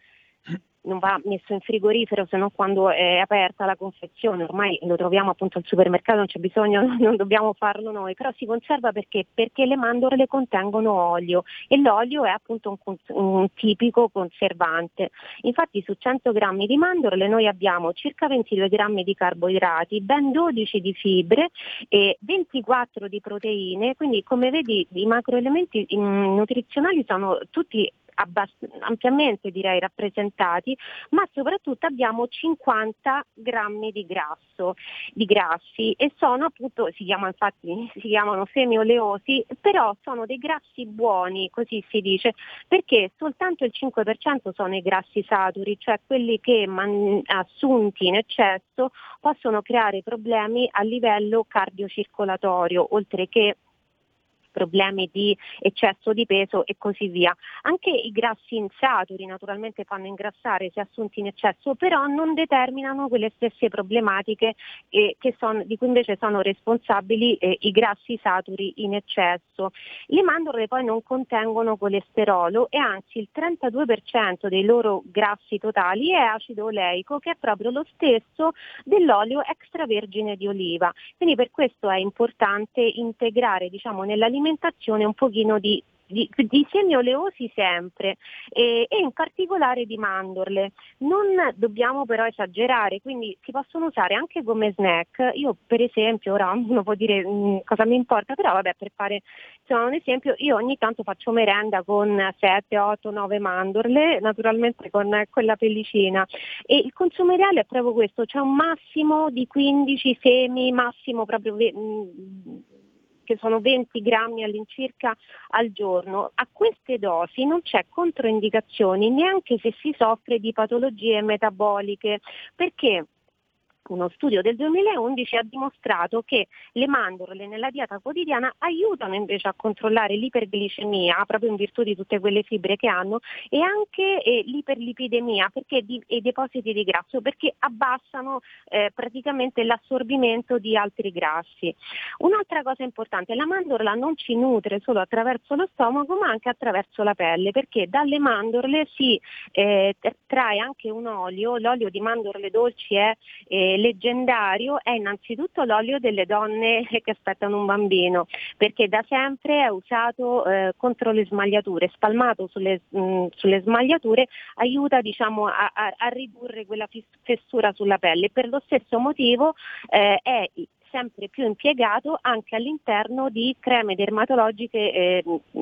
non va messo in frigorifero se non quando è aperta la confezione, ormai lo troviamo appunto al supermercato, non c'è bisogno, non dobbiamo farlo noi, però si conserva perché? Perché le mandorle contengono olio e l'olio è appunto un, un tipico conservante. Infatti su cento grammi di mandorle noi abbiamo circa ventidue grammi di carboidrati, ben dodici di fibre e ventiquattro di proteine, quindi come vedi i macroelementi nutrizionali sono tutti abbast- ampiamente direi rappresentati, ma soprattutto abbiamo cinquanta grammi di grasso, di grassi, e sono appunto, si chiamano infatti, si chiamano semioleosi, però sono dei grassi buoni, così si dice, perché soltanto il cinque per cento sono i grassi saturi, cioè quelli che man- assunti in eccesso possono creare problemi a livello cardiocircolatorio, oltre che problemi di eccesso di peso e così via. Anche i grassi insaturi naturalmente fanno ingrassare se assunti in eccesso, però non determinano quelle stesse problematiche eh, che son, di cui invece sono responsabili eh, i grassi saturi in eccesso. Le mandorle poi non contengono colesterolo e anzi il trentadue per cento dei loro grassi totali è acido oleico, che è proprio lo stesso dell'olio extravergine di oliva. Quindi per questo è importante integrare, diciamo, nell'alimentazione un pochino di, di, di semi oleosi sempre e, e in particolare di mandorle. Non dobbiamo però esagerare, quindi si possono usare anche come snack. Io per esempio, ora uno può dire mh, cosa mi importa, però vabbè, per fare insomma, un esempio, io ogni tanto faccio merenda con sette, otto, nove mandorle, naturalmente con quella pellicina, e il consumo ideale è proprio questo, c'è un massimo di quindici semi, massimo proprio mh, che sono venti grammi all'incirca al giorno. A queste dosi non c'è controindicazioni neanche se si soffre di patologie metaboliche, perché uno studio del duemilaundici ha dimostrato che le mandorle nella dieta quotidiana aiutano invece a controllare l'iperglicemia, proprio in virtù di tutte quelle fibre che hanno, e anche eh, l'iperlipidemia, perché di, e i depositi di grasso, perché abbassano eh, praticamente l'assorbimento di altri grassi. Un'altra cosa importante, la mandorla non ci nutre solo attraverso lo stomaco, ma anche attraverso la pelle, perché dalle mandorle si eh, trae anche un olio. L'olio di mandorle dolci è eh, leggendario, è innanzitutto l'olio delle donne che aspettano un bambino, perché da sempre è usato eh, contro le smagliature, spalmato sulle, mh, sulle smagliature, aiuta diciamo a, a, a ridurre quella fessura sulla pelle. Per lo stesso motivo eh, è sempre più impiegato anche all'interno di creme dermatologiche eh,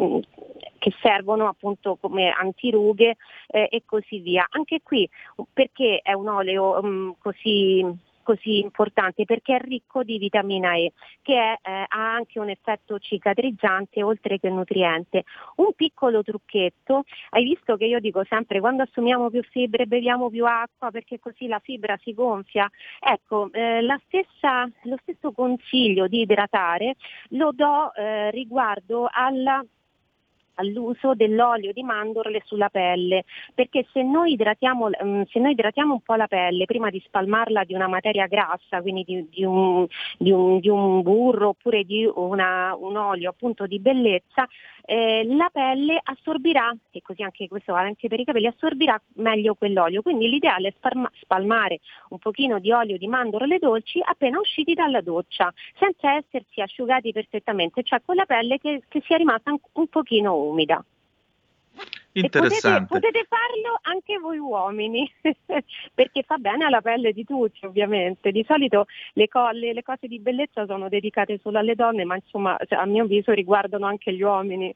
che servono appunto come antirughe eh, e così via. Anche qui perché è un oleo um, così così importante? Perché è ricco di vitamina E, che è, eh, ha anche un effetto cicatrizzante oltre che nutriente. Un piccolo trucchetto, hai visto che io dico sempre quando assumiamo più fibre beviamo più acqua perché così la fibra si gonfia? Ecco, eh, la stessa, lo stesso consiglio di idratare lo do eh, riguardo alla all'uso dell'olio di mandorle sulla pelle, perché se noi idratiamo se noi idratiamo un po' la pelle prima di spalmarla di una materia grassa, quindi di, di, un, di, un, di un burro oppure di una, un olio appunto di bellezza, eh, la pelle assorbirà, e così anche questo vale anche per i capelli, assorbirà meglio quell'olio. Quindi l'ideale è spalma, spalmare un pochino di olio di mandorle dolci appena usciti dalla doccia, senza essersi asciugati perfettamente, cioè con la pelle che, che sia rimasta un, un pochino umida. Interessante. E potete, potete farlo anche voi uomini, perché fa bene alla pelle di tutti ovviamente. Di solito le, co- le, le cose di bellezza sono dedicate solo alle donne, ma insomma a mio avviso riguardano anche gli uomini.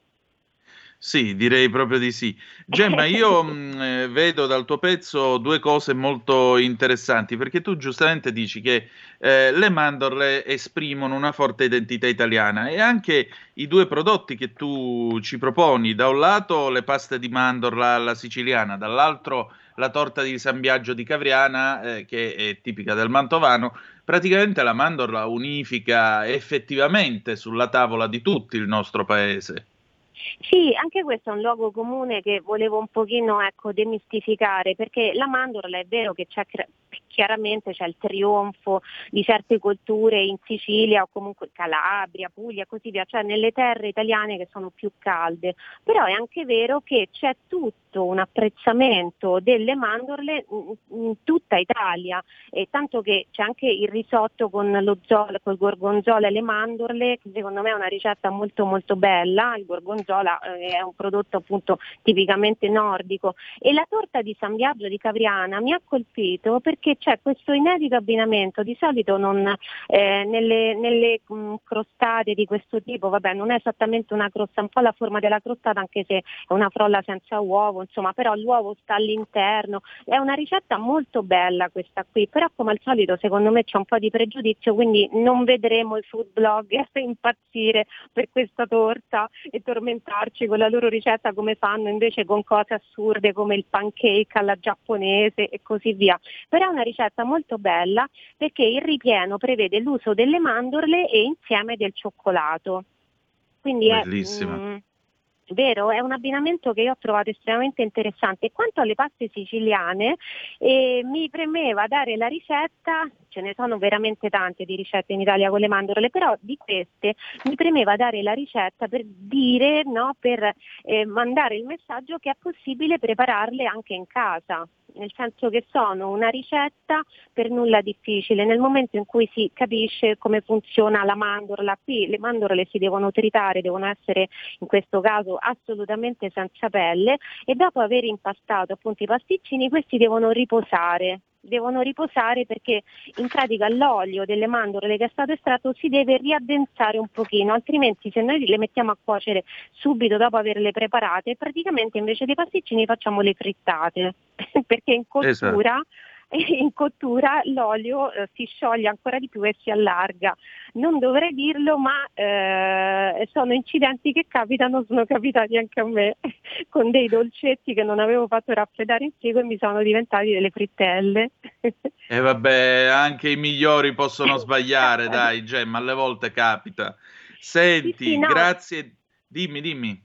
Sì, direi proprio di sì. Gemma, io mh, vedo dal tuo pezzo due cose molto interessanti, perché tu giustamente dici che eh, le mandorle esprimono una forte identità italiana e anche i due prodotti che tu ci proponi, da un lato le paste di mandorla alla siciliana, dall'altro la torta di San Biagio di Cavriana, eh, che è tipica del mantovano. Praticamente la mandorla unifica effettivamente sulla tavola di tutti il nostro paese. Sì, anche questo è un luogo comune che volevo un pochino ecco, demistificare, perché la mandorla è vero che c'è chiaramente c'è il trionfo di certe culture in Sicilia o comunque Calabria, Puglia e così via, cioè nelle terre italiane che sono più calde, però è anche vero che c'è tutto un apprezzamento delle mandorle in tutta Italia, e tanto che c'è anche il risotto con lo zola, col gorgonzola e le mandorle, che secondo me è una ricetta molto molto bella. Il gorgonzola è un prodotto appunto tipicamente nordico, e la torta di San Biagio di Cavriana mi ha colpito perché c'è questo inedito abbinamento. Di solito non, eh, nelle, nelle mh, crostate di questo tipo, vabbè, non è esattamente una crosta, un po' la forma della crostata, anche se è una frolla senza uovo, insomma, però l'uovo sta all'interno. È una ricetta molto bella questa qui, però come al solito secondo me c'è un po' di pregiudizio, quindi non vedremo i food blogger impazzire per questa torta e tormentarci con la loro ricetta come fanno invece con cose assurde come il pancake alla giapponese e così via. Però è una ricetta molto bella perché il ripieno prevede l'uso delle mandorle e insieme del cioccolato. Quindi bellissima. È, mh, vero, è un abbinamento che io ho trovato estremamente interessante. E quanto alle paste siciliane, eh, mi premeva dare la ricetta, ce ne sono veramente tante di ricette in Italia con le mandorle, però di queste mi premeva dare la ricetta per dire, no, per eh, mandare il messaggio che è possibile prepararle anche in casa. Nel senso che sono una ricetta per nulla difficile, nel momento in cui si capisce come funziona la mandorla. Qui le mandorle si devono tritare, devono essere in questo caso assolutamente senza pelle, e dopo aver impastato appunto i pasticcini, questi devono riposare. devono riposare perché in pratica l'olio delle mandorle che è stato estratto si deve riaddensare un pochino, altrimenti se noi le mettiamo a cuocere subito dopo averle preparate, praticamente invece dei pasticcini facciamo le frittate perché in cottura esatto. in cottura l'olio eh, si scioglie ancora di più e si allarga. Non dovrei dirlo, ma eh, sono incidenti che capitano, sono capitati anche a me con dei dolcetti che non avevo fatto raffreddare in frigo e mi sono diventati delle frittelle. E vabbè, anche i migliori possono sbagliare, dai Gemma, alle volte capita. Senti, sì, sì, no. grazie, dimmi, dimmi.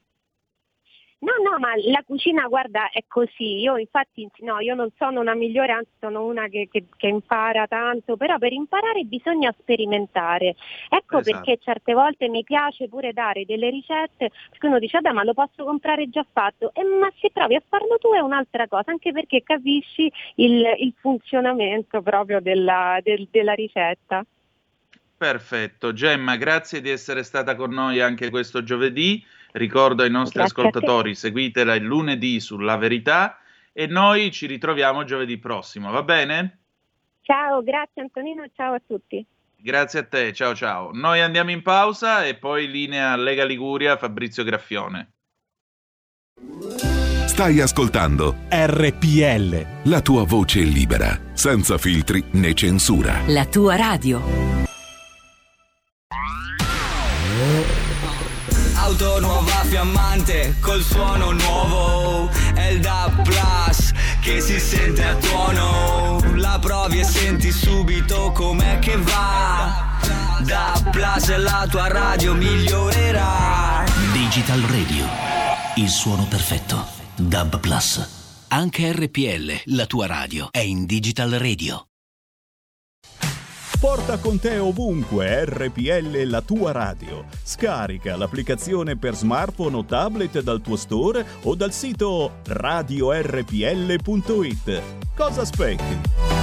No, no, ma la cucina, guarda, è così. Io infatti, no, io non sono una migliore, anzi sono una che, che, che impara tanto, però per imparare bisogna sperimentare. Ecco esatto. Perché certe volte mi piace pure dare delle ricette, perché uno dice, vabbè, ma lo posso comprare già fatto, e, ma se provi a farlo tu è un'altra cosa, anche perché capisci il, il funzionamento proprio della, del, della ricetta. Perfetto, Gemma, grazie di essere stata con noi anche questo giovedì. Ricordo ai nostri grazie ascoltatori, seguitela il lunedì sulla Verità e noi ci ritroviamo giovedì prossimo, va bene? Ciao, grazie Antonino, ciao a tutti. Grazie a te, ciao ciao. Noi andiamo in pausa e poi linea Lega Liguria, Fabrizio Graffione. Stai ascoltando R P L, la tua voce libera, senza filtri né censura. La tua radio. Auto nuova fiammante col suono nuovo, è il D A B Plus che si sente a tuono, la provi e senti subito com'è che va. D A B Plus è la tua radio migliorerà. Digital Radio, il suono perfetto. D A B Plus. Anche R P L, la tua radio, è in Digital Radio. Porta con te ovunque R P L, la tua radio. Scarica l'applicazione per smartphone o tablet dal tuo store o dal sito radio r p l punto i t. Cosa aspetti?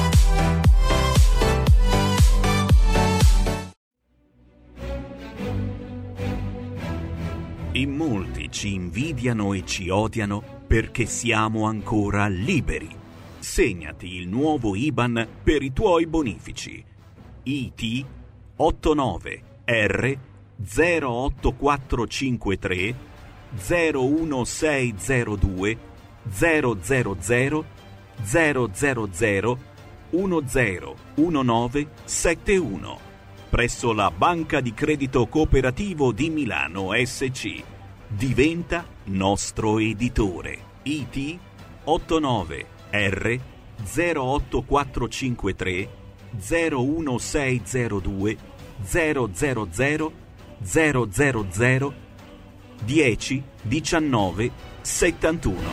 In molti ci invidiano e ci odiano perché siamo ancora liberi. Segnati il nuovo I B A N per i tuoi bonifici. I T ottantanove R zero otto quattro cinque tre zero uno sei zero due zero zero zero zero zero zero uno zero uno nove sette uno presso la Banca di Credito Cooperativo di Milano S C. Diventa nostro editore. I T ottantanove R zero otto quattro cinque tre zero uno sei zero due zero zero zero zero zero zero dieci diciannove settantuno.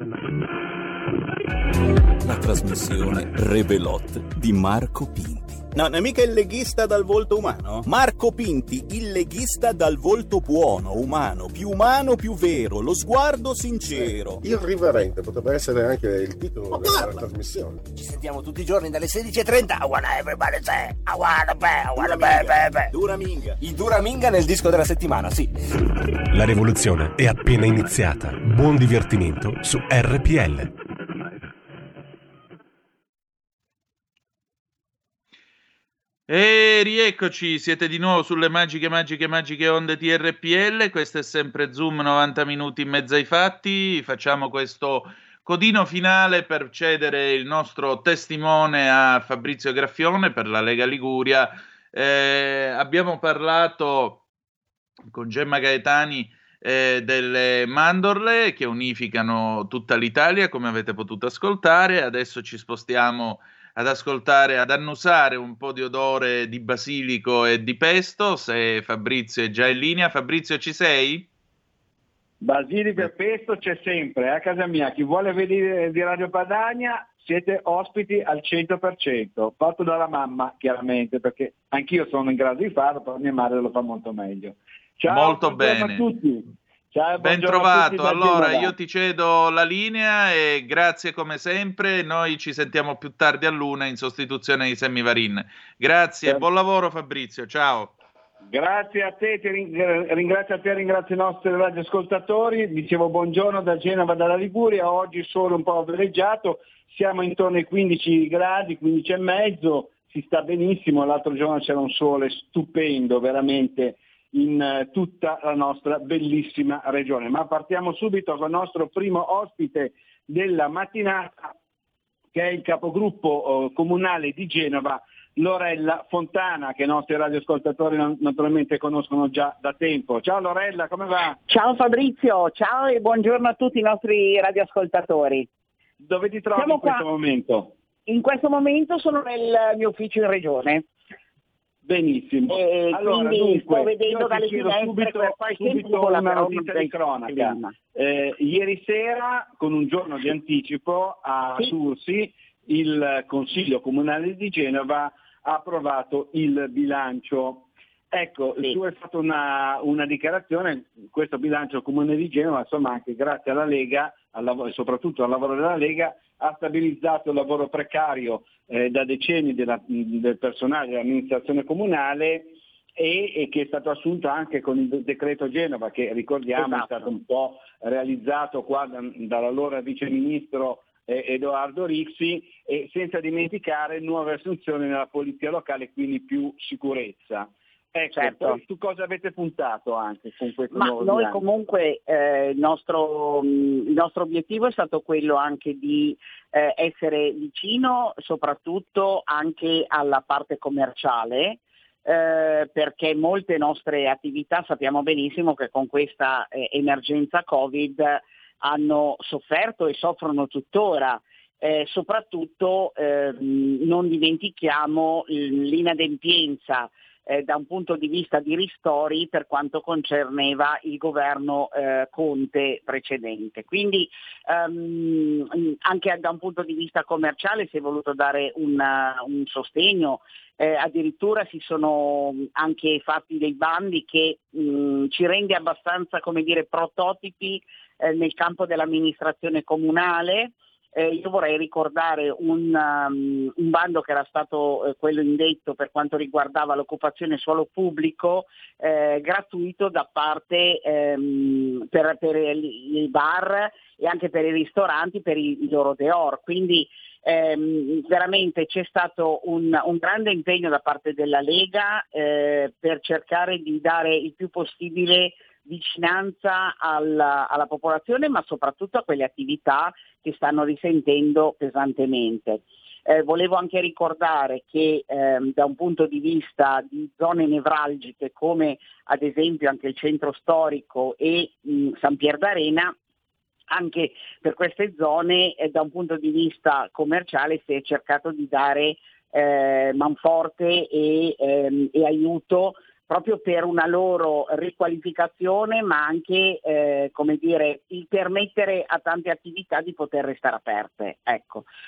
La trasmissione Rebelot di Marco Pinti. No, non è mica il leghista dal volto umano? Marco Pinti, il leghista dal volto buono, umano, più umano, più vero, lo sguardo sincero. Eh, irriverente potrebbe essere anche il titolo della trasmissione. Ci sentiamo tutti i giorni dalle sedici e trenta. I wanna everybody say, I wanna be, I wanna be, be, be. Duraminga. I Duraminga nel disco della settimana, sì. La rivoluzione è appena iniziata. Buon divertimento su R P L. E rieccoci, siete di nuovo sulle magiche, magiche, magiche onde di R P L. Questo è sempre Zoom, novanta minuti in mezzo ai fatti. Facciamo questo codino finale per cedere il nostro testimone a Fabrizio Graffione per la Lega Liguria. Eh, abbiamo parlato con Gemma Gaetani eh, delle mandorle che unificano tutta l'Italia, come avete potuto ascoltare. Adesso ci spostiamo ad ascoltare, ad annusare un po' di odore di basilico e di pesto, se Fabrizio è già in linea. Fabrizio, ci sei? Basilico e pesto c'è sempre, a casa mia. Chi vuole venire di Radio Padania siete ospiti al cento per cento, fatto dalla mamma chiaramente, perché anch'io sono in grado di farlo, però mia madre lo fa molto meglio. Ciao, molto buongiorno bene. a tutti. Ciao, ben trovato. Allora io ti cedo la linea e grazie come sempre. Noi ci sentiamo più tardi a luna in sostituzione di Semivarin. Grazie, certo. Buon lavoro Fabrizio, ciao. Grazie a te, ti ringrazio a te, ringrazio i nostri radioascoltatori. Dicevo buongiorno da Genova, dalla Liguria. Oggi sole un po' veleggiato, siamo intorno ai quindici gradi, quindici e mezzo, si sta benissimo. L'altro giorno c'era un sole stupendo, veramente, in tutta la nostra bellissima regione. Ma partiamo subito con il nostro primo ospite della mattinata, che è il capogruppo eh, comunale di Genova, Lorella Fontana, che i nostri radioascoltatori naturalmente conoscono già da tempo. Ciao Lorella, come va? Ciao Fabrizio, ciao e buongiorno a tutti i nostri radioascoltatori. Dove ti trovi Siamo in questo qua. momento? In questo momento sono nel mio ufficio in regione. Benissimo. E allora, quindi dunque, sto vedendo dalle finestre subito, per qualche subito una notizia di cronaca. Eh, ieri sera, con un giorno di anticipo, a sì. Sursi, il Consiglio Comunale di Genova ha approvato il bilancio. Ecco, sì. Tu hai fatto una, una dichiarazione, questo bilancio Comune di Genova, insomma anche grazie alla Lega, al lavoro, e soprattutto al lavoro della Lega, ha stabilizzato il lavoro precario eh, da decenni della, del personale dell'amministrazione comunale e, e che è stato assunto anche con il decreto Genova, che ricordiamo esatto. è stato un po' realizzato qua da, dall'allora vice ministro eh, Edoardo Rixi, e senza dimenticare nuove assunzioni nella polizia locale, quindi più sicurezza. Ecco, certo. Su cosa avete puntato anche con questo Ma nuovo noi bilancio? comunque eh, il, nostro, il nostro obiettivo è stato quello anche di eh, essere vicino soprattutto anche alla parte commerciale, eh, perché molte nostre attività sappiamo benissimo che con questa eh, emergenza Covid hanno sofferto e soffrono tuttora. Eh, soprattutto eh, non dimentichiamo l'inadempienza Eh, da un punto di vista di ristori per quanto concerneva il governo eh, Conte precedente. Quindi um, anche da un punto di vista commerciale si è voluto dare una, un sostegno, eh, addirittura si sono anche fatti dei bandi che mh, ci rende abbastanza, come dire, prototipi eh, nel campo dell'amministrazione comunale. Eh, io vorrei ricordare un, um, un bando che era stato eh, quello indetto per quanto riguardava l'occupazione suolo pubblico eh, gratuito da parte ehm, per, per i bar e anche per i ristoranti per i, i loro deor. Quindi ehm, veramente c'è stato un, un grande impegno da parte della Lega eh, per cercare di dare il più possibile vicinanza alla, alla popolazione, ma soprattutto a quelle attività che stanno risentendo pesantemente. Eh, volevo anche ricordare che ehm, da un punto di vista di zone nevralgiche come ad esempio anche il centro storico e mh, San Pier d'Arena, anche per queste zone eh, da un punto di vista commerciale si è cercato di dare eh, manforte e, ehm, e aiuto proprio per una loro riqualificazione, ma anche eh, come dire, il permettere a tante attività di poter restare aperte. Ecco.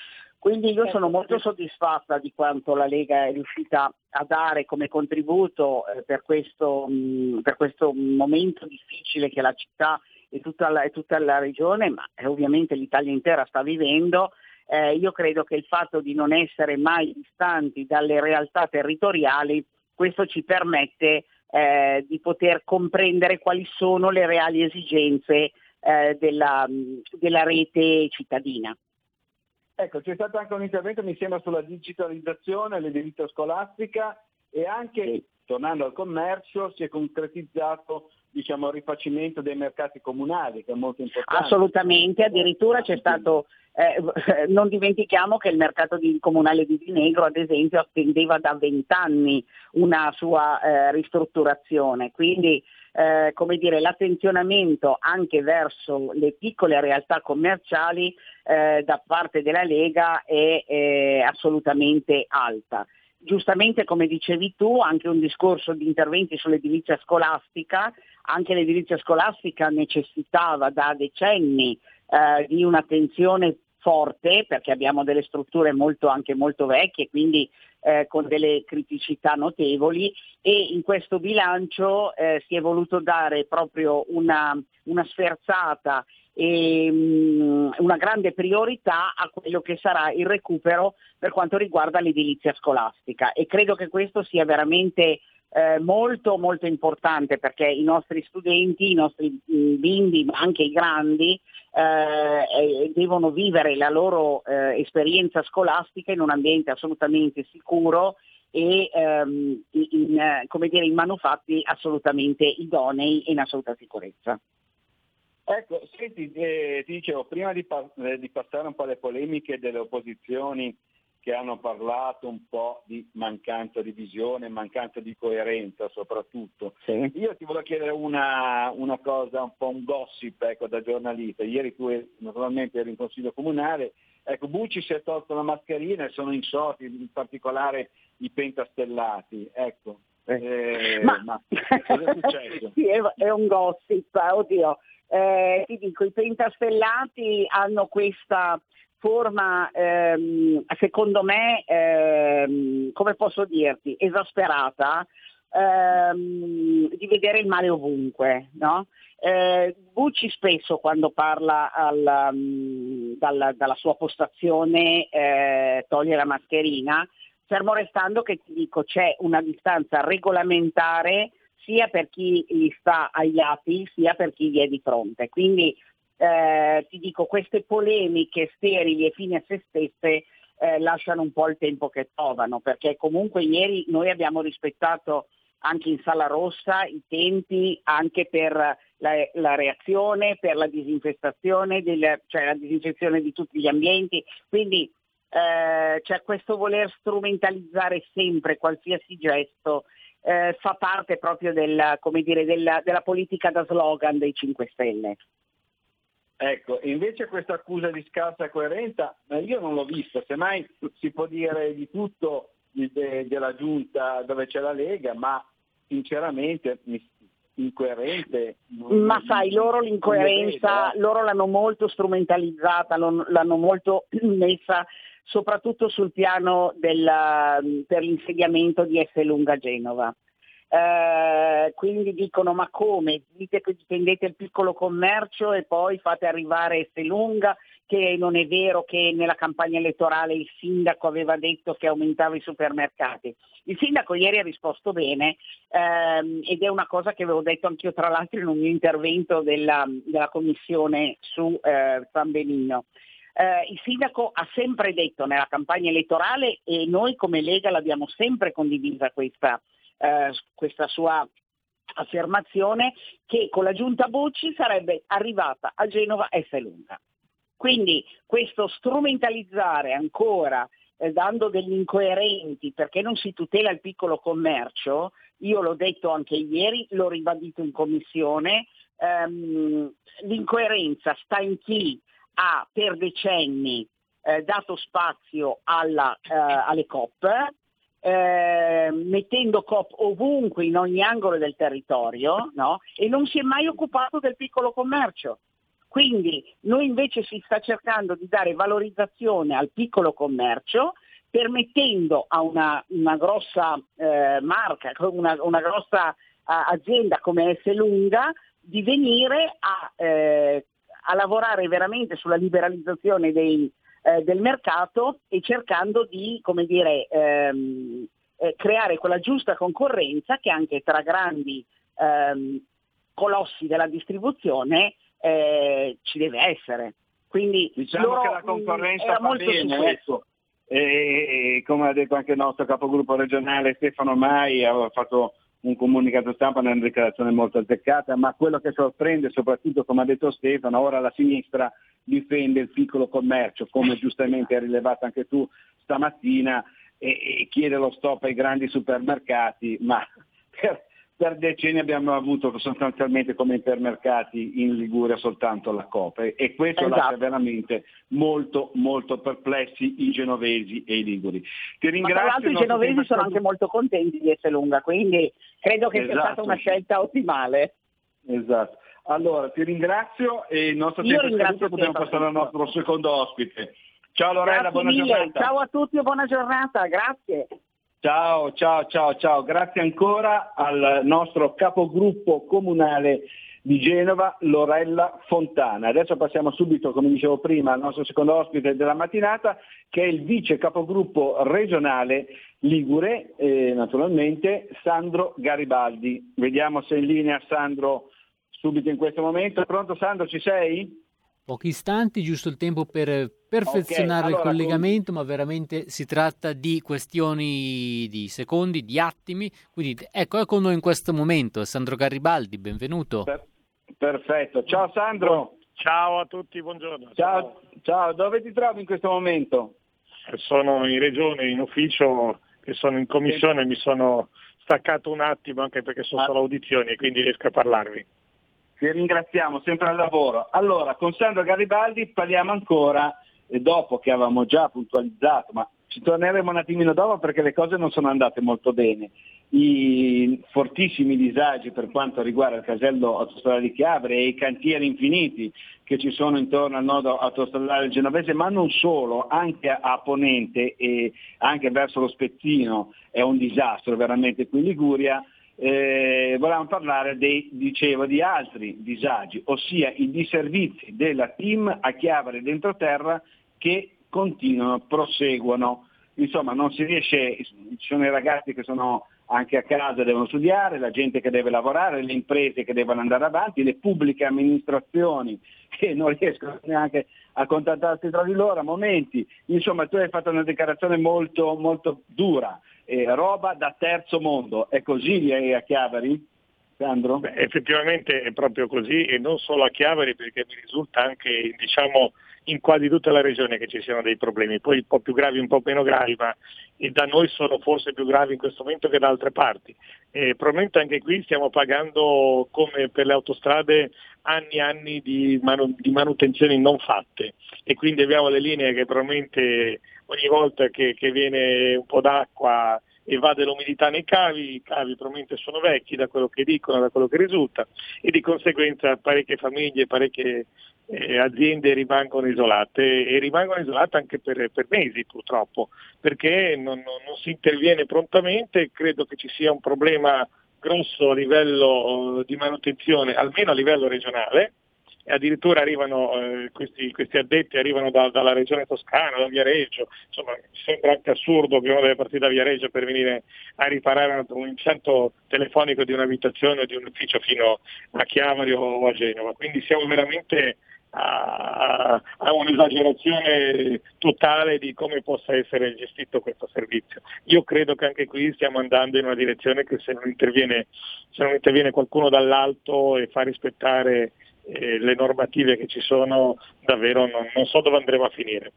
Quindi io sono molto soddisfatta di quanto la Lega è riuscita a dare come contributo eh, per, questo, mh, per questo momento difficile che la città e tutta la, e tutta la regione, ma eh, ovviamente l'Italia intera sta vivendo. Eh, io credo che il fatto di non essere mai distanti dalle realtà territoriali, questo ci permette eh, di poter comprendere quali sono le reali esigenze eh, della, della rete cittadina. Ecco, c'è stato anche un intervento, mi sembra, sulla digitalizzazione, l'edilizia scolastica e anche, sì. tornando al commercio, si è concretizzato, diciamo, il rifacimento dei mercati comunali, che è molto importante. Assolutamente, addirittura c'è stato, eh, non dimentichiamo che il mercato di, comunale di Vinegro, ad esempio, attendeva da vent'anni una sua eh, ristrutturazione, quindi eh, come dire, l'attenzionamento anche verso le piccole realtà commerciali eh, da parte della Lega è, è assolutamente alta. Giustamente, come dicevi tu, anche un discorso di interventi sull'edilizia scolastica, anche l'edilizia scolastica necessitava da decenni eh, di un'attenzione forte, perché abbiamo delle strutture molto, anche molto vecchie, quindi eh, con delle criticità notevoli, e in questo bilancio eh, si è voluto dare proprio una, una sferzata e um, una grande priorità a quello che sarà il recupero per quanto riguarda l'edilizia scolastica, e credo che questo sia veramente eh, molto molto importante, perché i nostri studenti, i nostri mh, bimbi, ma anche i grandi eh, devono vivere la loro eh, esperienza scolastica in un ambiente assolutamente sicuro e ehm, in, come dire, in manufatti assolutamente idonei e in assoluta sicurezza. Ecco, senti, eh, ti dicevo, prima di, pa- eh, di passare un po' alle polemiche delle opposizioni che hanno parlato un po' di mancanza di visione, mancanza di coerenza soprattutto, sì. Io ti volevo chiedere una, una cosa, un po' un gossip, ecco, da giornalista. Ieri tu eri, naturalmente eri in Consiglio Comunale, ecco, Bucci si è tolto la mascherina e sono insorti, in particolare i pentastellati, ecco. Eh, ma... ma cosa è successo? Sì, è, è un gossip, oddio. Eh, ti dico, i pentastellati hanno questa forma, ehm, secondo me, ehm, come posso dirti, esasperata, ehm, di vedere il male ovunque, no? Eh, Bucci spesso, quando parla al, um, dalla, dalla sua postazione, eh, toglie la mascherina, fermo restando che, ti dico, c'è una distanza regolamentare sia per chi gli sta ai lati sia per chi gli è di fronte. Quindi eh, ti dico, queste polemiche sterili e fini a se stesse eh, lasciano un po' il tempo che trovano, perché comunque ieri noi abbiamo rispettato anche in Sala Rossa i tempi anche per la, la reazione, per la disinfestazione, del, cioè la disinfezione di tutti gli ambienti, quindi eh, cioè questo voler strumentalizzare sempre qualsiasi gesto Eh, fa parte proprio della, come dire, della, della politica da slogan dei cinque Stelle. Ecco, invece questa accusa di scarsa coerenza, eh, io non l'ho vista, semmai si può dire di tutto di, de, della giunta dove c'è la Lega, ma sinceramente incoerente. Ma sai, loro l'incoerenza, vedo, eh. loro l'hanno molto strumentalizzata, l'hanno molto messa soprattutto sul piano della, per l'insediamento di Esselunga Genova. Eh, quindi dicono: ma come? Dite che difendete il piccolo commercio e poi fate arrivare Esselunga, che non è vero che nella campagna elettorale il sindaco aveva detto che aumentava i supermercati. Il sindaco ieri ha risposto bene ehm, ed è una cosa che avevo detto anch'io, tra l'altro, in un mio intervento della, della commissione su eh, San Benigno. Uh, il sindaco ha sempre detto nella campagna elettorale, e noi come Lega l'abbiamo sempre condivisa questa, uh, questa sua affermazione, che con la giunta Bucci sarebbe arrivata a Genova Esselunga. Quindi questo strumentalizzare ancora, eh, dando degli incoerenti perché non si tutela il piccolo commercio, io l'ho detto anche ieri, l'ho ribadito in commissione, um, l'incoerenza sta in chi ha per decenni eh, dato spazio alla, eh, alle Coop, eh, mettendo Coop ovunque, in ogni angolo del territorio, no? E non si è mai occupato del piccolo commercio. Quindi noi invece si sta cercando di dare valorizzazione al piccolo commercio, permettendo a una, una grossa eh, marca, una, una grossa uh, azienda come Esselunga di venire a, eh, a lavorare veramente sulla liberalizzazione dei, eh, del mercato e cercando di, come dire, ehm, eh, creare quella giusta concorrenza che anche tra grandi ehm, colossi della distribuzione eh, ci deve essere. Quindi diciamo loro, che la concorrenza mh, fa bene, ecco. E, e come ha detto anche il nostro capogruppo regionale Stefano Mai, aveva fatto un comunicato stampa, una dichiarazione molto azzeccata, ma quello che sorprende soprattutto, come ha detto Stefano, ora la sinistra difende il piccolo commercio, come giustamente hai rilevato anche tu stamattina, e, e chiede lo stop ai grandi supermercati, ma per, per decenni abbiamo avuto sostanzialmente come ipermercati in Liguria soltanto la Coop, e, e questo esatto. lascia veramente molto molto perplessi i genovesi e i liguri. Ti ringrazio. Ma tra l'altro i genovesi sono anche molto contenti di Esselunga, quindi credo che esatto. sia stata una scelta ottimale. Esatto. Allora ti ringrazio e il nostro Io tempo è scaduto, possiamo passare al nostro secondo ospite. Ciao Lorella, grazie buona mille. giornata. Ciao a tutti e buona giornata, grazie. Ciao, ciao, ciao, ciao. Grazie ancora al nostro capogruppo comunale di Genova, Lorella Fontana. Adesso passiamo subito, come dicevo prima, al nostro secondo ospite della mattinata, che è il vice capogruppo regionale ligure, eh, naturalmente, Sandro Garibaldi. Vediamo se è in linea Sandro subito in questo momento. Pronto Sandro, ci sei? Pochi istanti, giusto il tempo per perfezionare okay, allora, il collegamento, con... ma veramente si tratta di questioni di secondi, di attimi. Quindi ecco, è con noi in questo momento Sandro Garibaldi, benvenuto. Per... Perfetto, ciao Sandro. Ciao a tutti, buongiorno. Ciao, ciao, dove ti trovi in questo momento? Sono in regione, in ufficio, che sono in commissione, mi sono staccato un attimo anche perché sono solo audizioni e quindi riesco a parlarvi. Ti ringraziamo, sempre al lavoro. Allora, con Sandro Garibaldi parliamo ancora, e dopo che avevamo già puntualizzato, ma ci torneremo un attimino dopo perché le cose non sono andate molto bene. I fortissimi disagi per quanto riguarda il casello autostradale di Chiavari e i cantieri infiniti che ci sono intorno al nodo autostradale genovese, ma non solo, anche a Ponente e anche verso lo Spezzino è un disastro veramente qui in Liguria. Eh, volevamo parlare dei, dicevo, di altri disagi, ossia i disservizi della T I M a Chiavari dentro terra che continuano, proseguono. Insomma, non si riesce, ci sono i ragazzi che sono anche a casa, devono studiare, la gente che deve lavorare, le imprese che devono andare avanti, le pubbliche amministrazioni che non riescono neanche a contattarsi tra di loro a momenti. Insomma, tu hai fatto una dichiarazione molto, molto dura. Eh, roba da terzo mondo, è così lì a Chiavari, Sandro? Beh, effettivamente è proprio così, e non solo a Chiavari, perché mi risulta anche, diciamo, in quasi tutta la regione che ci siano dei problemi, poi un po' più gravi, un po' meno gravi, ma e da noi sono forse più gravi in questo momento che da altre parti. E probabilmente anche qui stiamo pagando, come per le autostrade, anni e anni di, manu- di manutenzioni non fatte, e quindi abbiamo le linee che probabilmente ogni volta che, che viene un po' d'acqua evade l'umidità nei cavi, i cavi probabilmente sono vecchi da quello che dicono, da quello che risulta, e di conseguenza parecchie famiglie, parecchie eh, aziende rimangono isolate, e rimangono isolate anche per, per mesi purtroppo, perché non, non, non si interviene prontamente. Credo che ci sia un problema grosso a livello di manutenzione, almeno a livello regionale, e addirittura arrivano eh, questi, questi addetti arrivano da, dalla regione Toscana, da Viareggio. Insomma, mi sembra anche assurdo che uno deve partire da Viareggio per venire a riparare un impianto telefonico di un'abitazione o di un ufficio fino a Chiavari o a Genova. Quindi siamo veramente a, a un'esagerazione totale di come possa essere gestito questo servizio. Io credo che anche qui stiamo andando in una direzione che se non interviene, se non interviene qualcuno dall'alto e fa rispettare Eh, le normative che ci sono, davvero non, non so dove andremo a finire.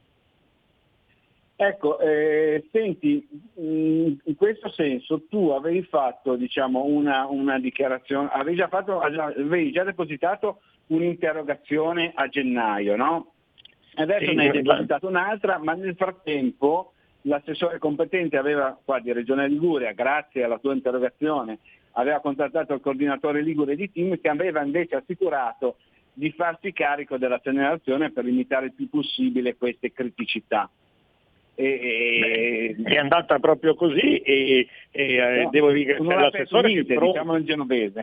Ecco, eh, senti, mh, in questo senso tu avevi fatto, diciamo, una, una dichiarazione, avevi già fatto, avevi già depositato un'interrogazione a gennaio, no? Adesso Sì, ne hai depositato un'altra, ma nel frattempo l'assessore competente aveva, qua di Regione Liguria, grazie alla tua interrogazione, aveva contattato il coordinatore ligure di team, che aveva invece assicurato di farsi carico della segnalazione per limitare il più possibile queste criticità. E, Beh, è andata proprio così e, e no, devo ringraziare l'assessore che però... diciamo in genovese.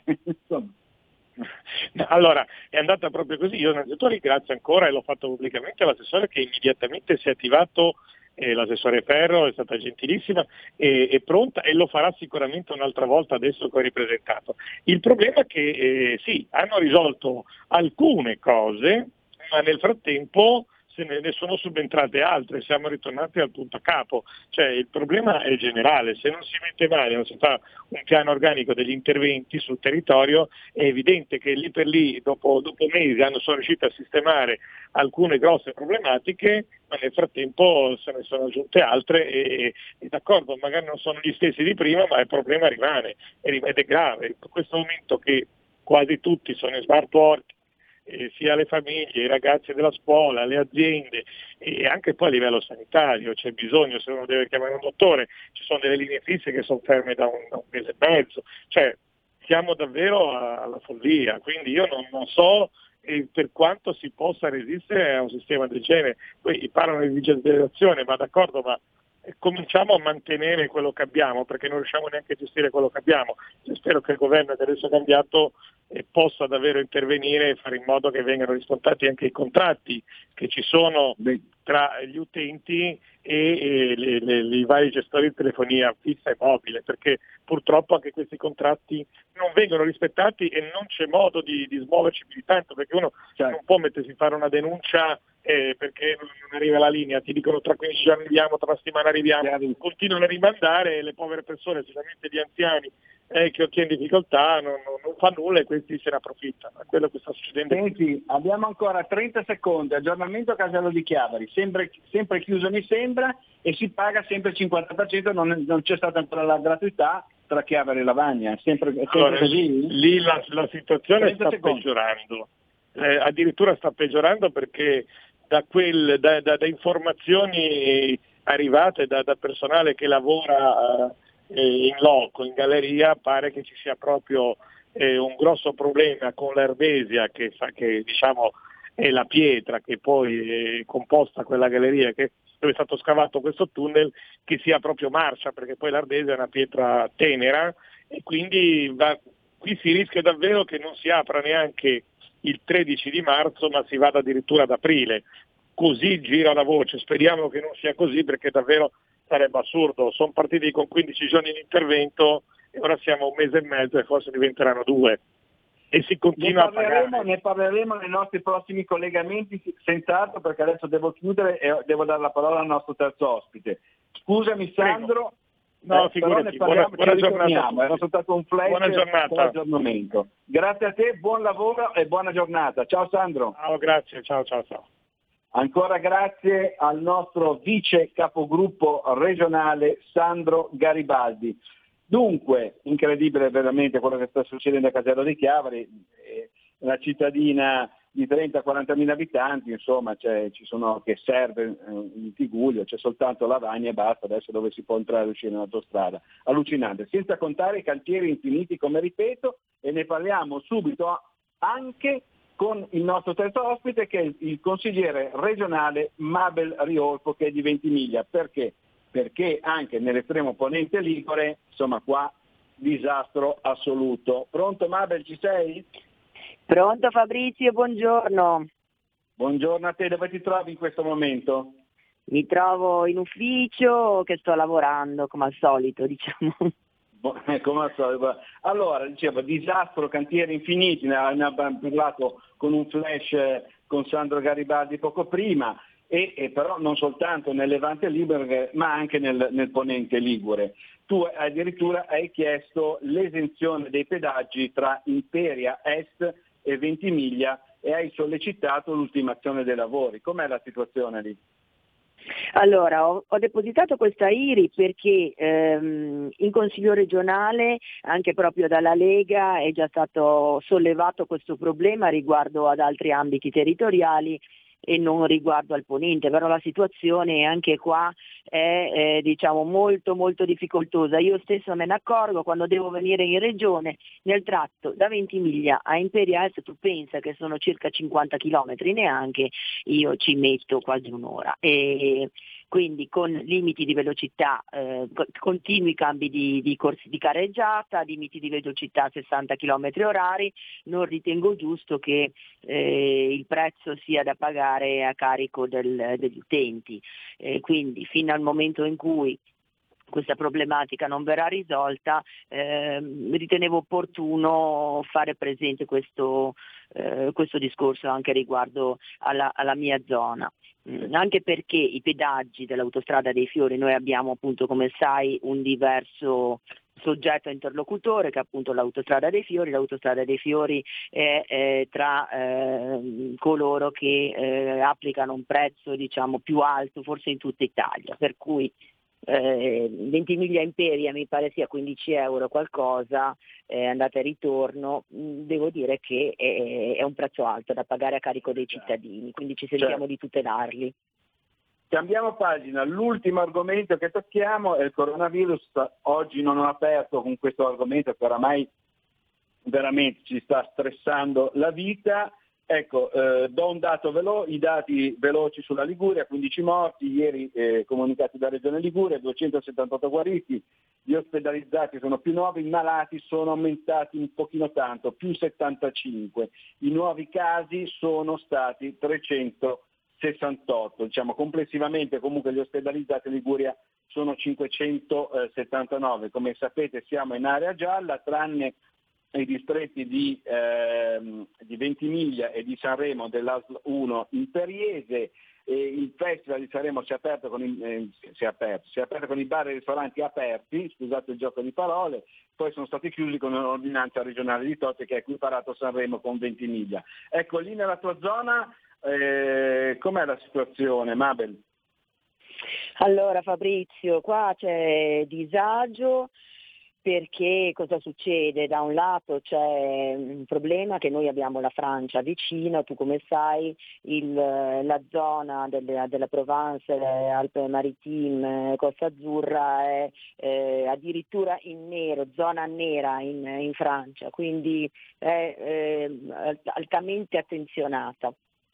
Allora, è andata proprio così. Io innanzitutto ringrazio ancora, e l'ho fatto pubblicamente, l'assessore che immediatamente si è attivato, eh, l'assessore Ferro è stata gentilissima e, e pronta, e lo farà sicuramente un'altra volta adesso che ho ripresentato. Il problema è che eh, sì, hanno risolto alcune cose, ma nel frattempo se ne sono subentrate altre, siamo ritornati al punto a capo, cioè il problema è generale, se non si mette male, non si fa un piano organico degli interventi sul territorio, è evidente che lì per lì, dopo, dopo mesi, hanno sono riusciti a sistemare alcune grosse problematiche, ma nel frattempo se ne sono aggiunte altre e, e d'accordo, magari non sono gli stessi di prima, ma il problema rimane ed è grave. In questo momento che quasi tutti sono in smart working, Eh, sia le famiglie, i ragazzi della scuola, le aziende e anche poi a livello sanitario c'è bisogno, se uno deve chiamare un dottore, ci sono delle linee fisse che sono ferme da un, da un mese e mezzo, cioè siamo davvero alla follia, quindi io non, non so eh, per quanto si possa resistere a un sistema del genere. Poi parlano di digitalizzazione, ma d'accordo, ma cominciamo a mantenere quello che abbiamo, perché non riusciamo neanche a gestire quello che abbiamo. Io spero che il governo che adesso è cambiato eh, possa davvero intervenire e fare in modo che vengano rispettati anche i contratti che ci sono tra gli utenti e, e le, le, le, i vari gestori di telefonia fissa e mobile, perché purtroppo anche questi contratti non vengono rispettati e non c'è modo di, di smuoverci più di tanto, perché uno cioè, non può mettersi a fare una denuncia Eh, perché non arriva la linea, ti dicono tra quindici giorni arriviamo, tra una settimana arriviamo, continuano a rimandare, le povere persone, specialmente gli anziani eh, che chi è in difficoltà non, non, non fa nulla e questi se ne approfittano. È quello che sta succedendo. Senti, abbiamo ancora trenta secondi, aggiornamento Casello di Chiavari, sempre, sempre chiuso mi sembra, e si paga sempre il cinquanta per cento, non, non c'è stata ancora la gratuità tra Chiavari e Lavagna, è sempre, è sempre allora, così? Lì la, la situazione sta secondi. peggiorando, eh, addirittura sta peggiorando perché Da, quel, da, da, da informazioni arrivate da, da personale che lavora eh, in loco, in galleria, pare che ci sia proprio eh, un grosso problema con l'erbesia che, che diciamo è la pietra che poi è composta quella galleria che, dove è stato scavato questo tunnel, che sia proprio marcia, perché poi l'ardesia è una pietra tenera e quindi va, qui si rischia davvero che non si apra neanche il tredici di marzo, ma si vada addirittura ad aprile. Così gira la voce, speriamo che non sia così perché davvero sarebbe assurdo. Sono partiti con quindici giorni di intervento e ora siamo a un mese e mezzo e forse diventeranno due. E si continua ne parleremo, a pagare. Ne parleremo nei nostri prossimi collegamenti, senz'altro, perché adesso devo chiudere e devo dare la parola al nostro terzo ospite. Scusami Sandro. No, eh, figurati, però ne parliamo, buona, buona ci giornata. Era soltanto un flash buona giornata. per l'aggiornamento. Grazie a te, buon lavoro e buona giornata. Ciao Sandro. Ciao, grazie, ciao, ciao, ciao. Ancora grazie al nostro vice capogruppo regionale Sandro Garibaldi. Dunque, incredibile veramente quello che sta succedendo a Casello di Chiavari, eh, una cittadina di trenta quaranta mila abitanti, insomma c'è, ci sono che serve eh, in Tiguglio, c'è soltanto Lavagna e basta, adesso dove si può entrare e uscire nell'autostrada. Allucinante, senza contare i cantieri infiniti, come ripeto, e ne parliamo subito anche con il nostro terzo ospite che è il consigliere regionale Mabel Riolfo, che è di Ventimiglia. Perché? Perché anche nell'estremo ponente ligure, insomma qua disastro assoluto. Pronto Mabel, ci sei? Pronto Fabrizio, buongiorno. Buongiorno a te, dove ti trovi in questo momento? Mi trovo in ufficio che sto lavorando come al solito, diciamo. Come al solito. Allora, dicevo, disastro, cantieri infiniti, ne abbiamo parlato con un flash con Sandro Garibaldi poco prima, e, e però non soltanto nel Levante Ligure ma anche nel, nel Ponente Ligure. Tu addirittura hai chiesto l'esenzione dei pedaggi tra Imperia Est e Ventimiglia e hai sollecitato l'ultimazione dei lavori. Com'è la situazione lì? Allora, ho, ho depositato questa I R I perché ehm, in Consiglio regionale, anche proprio dalla Lega, è già stato sollevato questo problema riguardo ad altri ambiti territoriali e non riguardo al ponente, però la situazione anche qua è eh, diciamo molto molto difficoltosa. Io stesso me ne accorgo quando devo venire in regione, nel tratto da Ventimiglia a Imperial, se tu pensa che sono circa cinquanta chilometri neanche, io ci metto quasi un'ora. E quindi con limiti di velocità, eh, continui cambi di, di corsi di careggiata, limiti di velocità a sessanta chilometri orari, non ritengo giusto che eh, il prezzo sia da pagare a carico del, degli utenti. Eh, quindi fino al momento in cui questa problematica non verrà risolta, eh, ritenevo opportuno fare presente questo, eh, questo discorso anche riguardo alla, alla mia zona. Anche perché i pedaggi dell'autostrada dei Fiori, noi abbiamo appunto, come sai, un diverso soggetto interlocutore che è appunto l'autostrada dei Fiori. L'autostrada dei Fiori è eh, tra eh, coloro che eh, applicano un prezzo diciamo più alto forse in tutta Italia, per cui Eh, Ventimiglia Imperia mi pare sia quindici euro qualcosa, eh, andata e ritorno. Devo dire che è, è un prezzo alto da pagare a carico dei cittadini, quindi ci sentiamo certo. di tutelarli. Cambiamo pagina, l'ultimo argomento che tocchiamo è il coronavirus. Oggi non ho aperto con questo argomento che oramai veramente ci sta stressando la vita. Ecco, eh, do un dato velo- i dati veloci sulla Liguria: quindici morti, ieri eh, comunicati da Regione Liguria, duecentosettantotto guariti, gli ospedalizzati sono più nove, i malati sono aumentati un pochino tanto, più settantacinque, i nuovi casi sono stati trecentosessantotto, diciamo complessivamente comunque gli ospedalizzati in Liguria sono cinquecentosettantanove, come sapete siamo in area gialla, tranne i distretti di, ehm, di Ventimiglia e di Sanremo dell'A S L uno Imperiese. E il Festival di Sanremo si è aperto con i, eh, si è aperto, si è aperto con i bar e i ristoranti aperti, scusate il gioco di parole, poi sono stati chiusi con un'ordinanza regionale di Tote che ha equiparato Sanremo con Ventimiglia. Ecco, lì nella tua zona eh, com'è la situazione, Mabel? Allora Fabrizio, qua c'è disagio. Perché cosa succede? Da un lato c'è un problema che noi abbiamo la Francia vicino, tu come sai il, la zona delle, della Provence, Alpe Maritime, Costa Azzurra è eh, addirittura in nero, zona nera in, in Francia, quindi è eh, altamente attenzionata.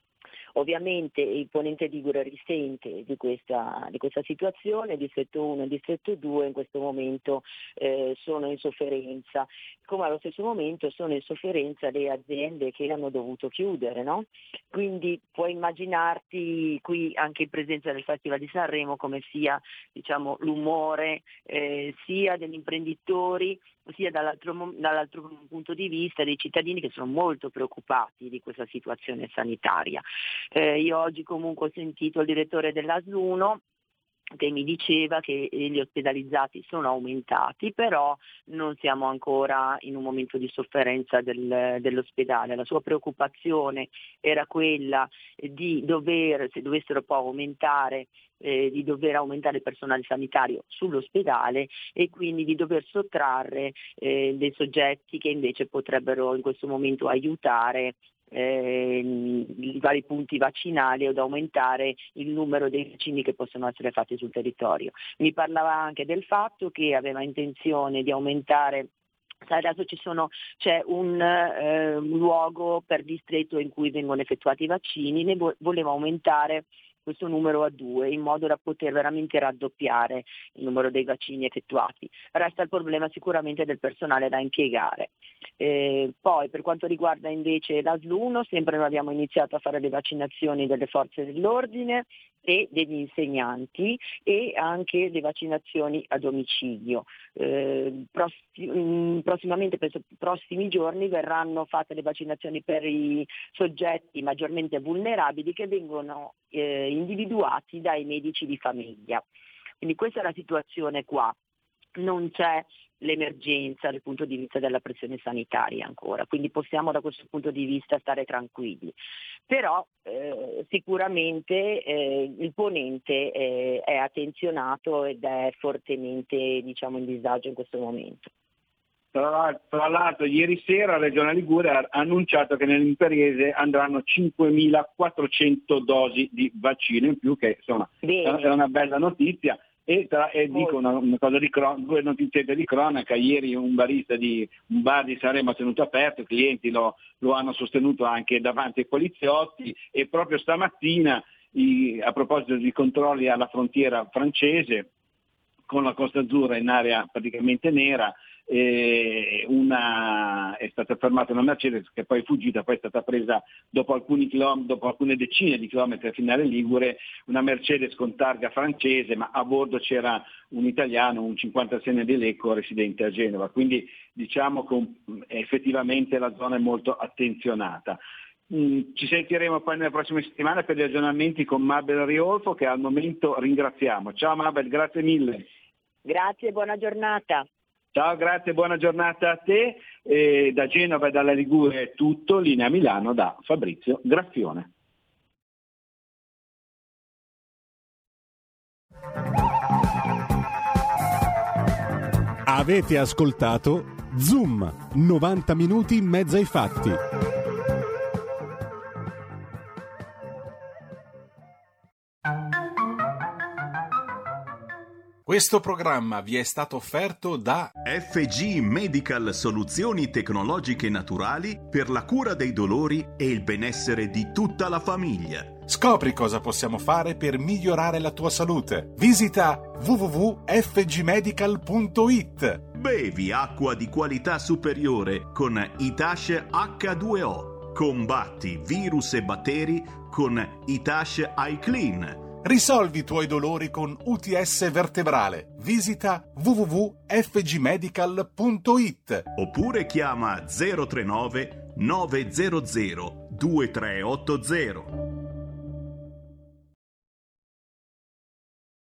Ovviamente il ponente Ligure risente di questa, di questa situazione, il distretto uno e il distretto due in questo momento eh, sono in sofferenza, come allo stesso momento sono in sofferenza le aziende che hanno dovuto chiudere, no? Quindi puoi immaginarti qui anche in presenza del Festival di Sanremo come sia diciamo, l'umore eh, sia degli imprenditori sia dall'altro, dall'altro punto di vista dei cittadini che sono molto preoccupati di questa situazione sanitaria. Eh, io oggi comunque ho sentito il direttore dell'A S L uno che mi diceva che gli ospedalizzati sono aumentati, però non siamo ancora in un momento di sofferenza del, dell'ospedale. La sua preoccupazione era quella di dover, se dovessero poi aumentare, eh, di dover aumentare il personale sanitario sull'ospedale e quindi di dover sottrarre eh, dei soggetti che invece potrebbero in questo momento aiutare Eh, i vari punti vaccinali o ad aumentare il numero dei vaccini che possono essere fatti sul territorio. Mi parlava anche del fatto che aveva intenzione di aumentare. Adesso ci sono, c'è un eh, luogo per distretto in cui vengono effettuati i vaccini, ne vo- voleva aumentare questo numero a due in modo da poter veramente raddoppiare il numero dei vaccini effettuati. Resta il problema sicuramente del personale da impiegare. Eh, poi per quanto riguarda invece l'A S L uno, sempre noi abbiamo iniziato a fare le vaccinazioni delle forze dell'ordine e degli insegnanti e anche le vaccinazioni a domicilio. Eh, prossim- prossimamente, penso prossimi giorni, verranno fatte le vaccinazioni per i soggetti maggiormente vulnerabili che vengono eh, individuati dai medici di famiglia. Quindi questa è la situazione qua. Non c'è l'emergenza dal punto di vista della pressione sanitaria ancora, quindi possiamo da questo punto di vista stare tranquilli. Però eh, sicuramente eh, il ponente eh, è attenzionato ed è fortemente diciamo in disagio in questo momento. Tra, tra l'altro ieri sera la Regione Liguria ha annunciato che nell'Imperiese andranno cinquemilaquattrocento dosi di vaccino in più, che insomma Bene. è una bella notizia. E, tra, e dico una, una cosa di cron- due notizie di cronaca. Ieri un barista di un bar di Sanremo ha tenuto aperto, i clienti lo, lo hanno sostenuto anche davanti ai poliziotti, e proprio stamattina i, a proposito di controlli alla frontiera francese con la Costa Azzurra in area praticamente nera, eh, una, è stata fermata una Mercedes che poi è fuggita, poi è stata presa dopo alcuni chilometri, dopo alcune decine di chilometri a Finale Ligure, una Mercedes con targa francese, ma a bordo c'era un italiano, un cinquantasenne di Lecco residente a Genova, quindi diciamo che effettivamente la zona è molto attenzionata. Mm, ci sentiremo poi nelle prossime settimane per gli aggiornamenti con Mabel Riolfo, che al momento ringraziamo. Ciao Mabel, grazie mille. Grazie, buona giornata. Ciao, grazie, buona giornata a te. E da Genova e dalla Liguria è tutto, linea Milano da Fabrizio Graffione. Avete ascoltato Zoom, novanta minuti in mezzo ai fatti. Questo programma vi è stato offerto da F G Medical Soluzioni Tecnologiche Naturali per la cura dei dolori e il benessere di tutta la famiglia. Scopri cosa possiamo fare per migliorare la tua salute. Visita w w w punto f g medical punto i t. Bevi acqua di qualità superiore con Itash acca due o. Combatti virus e batteri con Itash iClean. Risolvi i tuoi dolori con U T S vertebrale. Visita w w w punto f g medical punto i t. Oppure chiama zero tre nove nove zero zero due tre otto zero.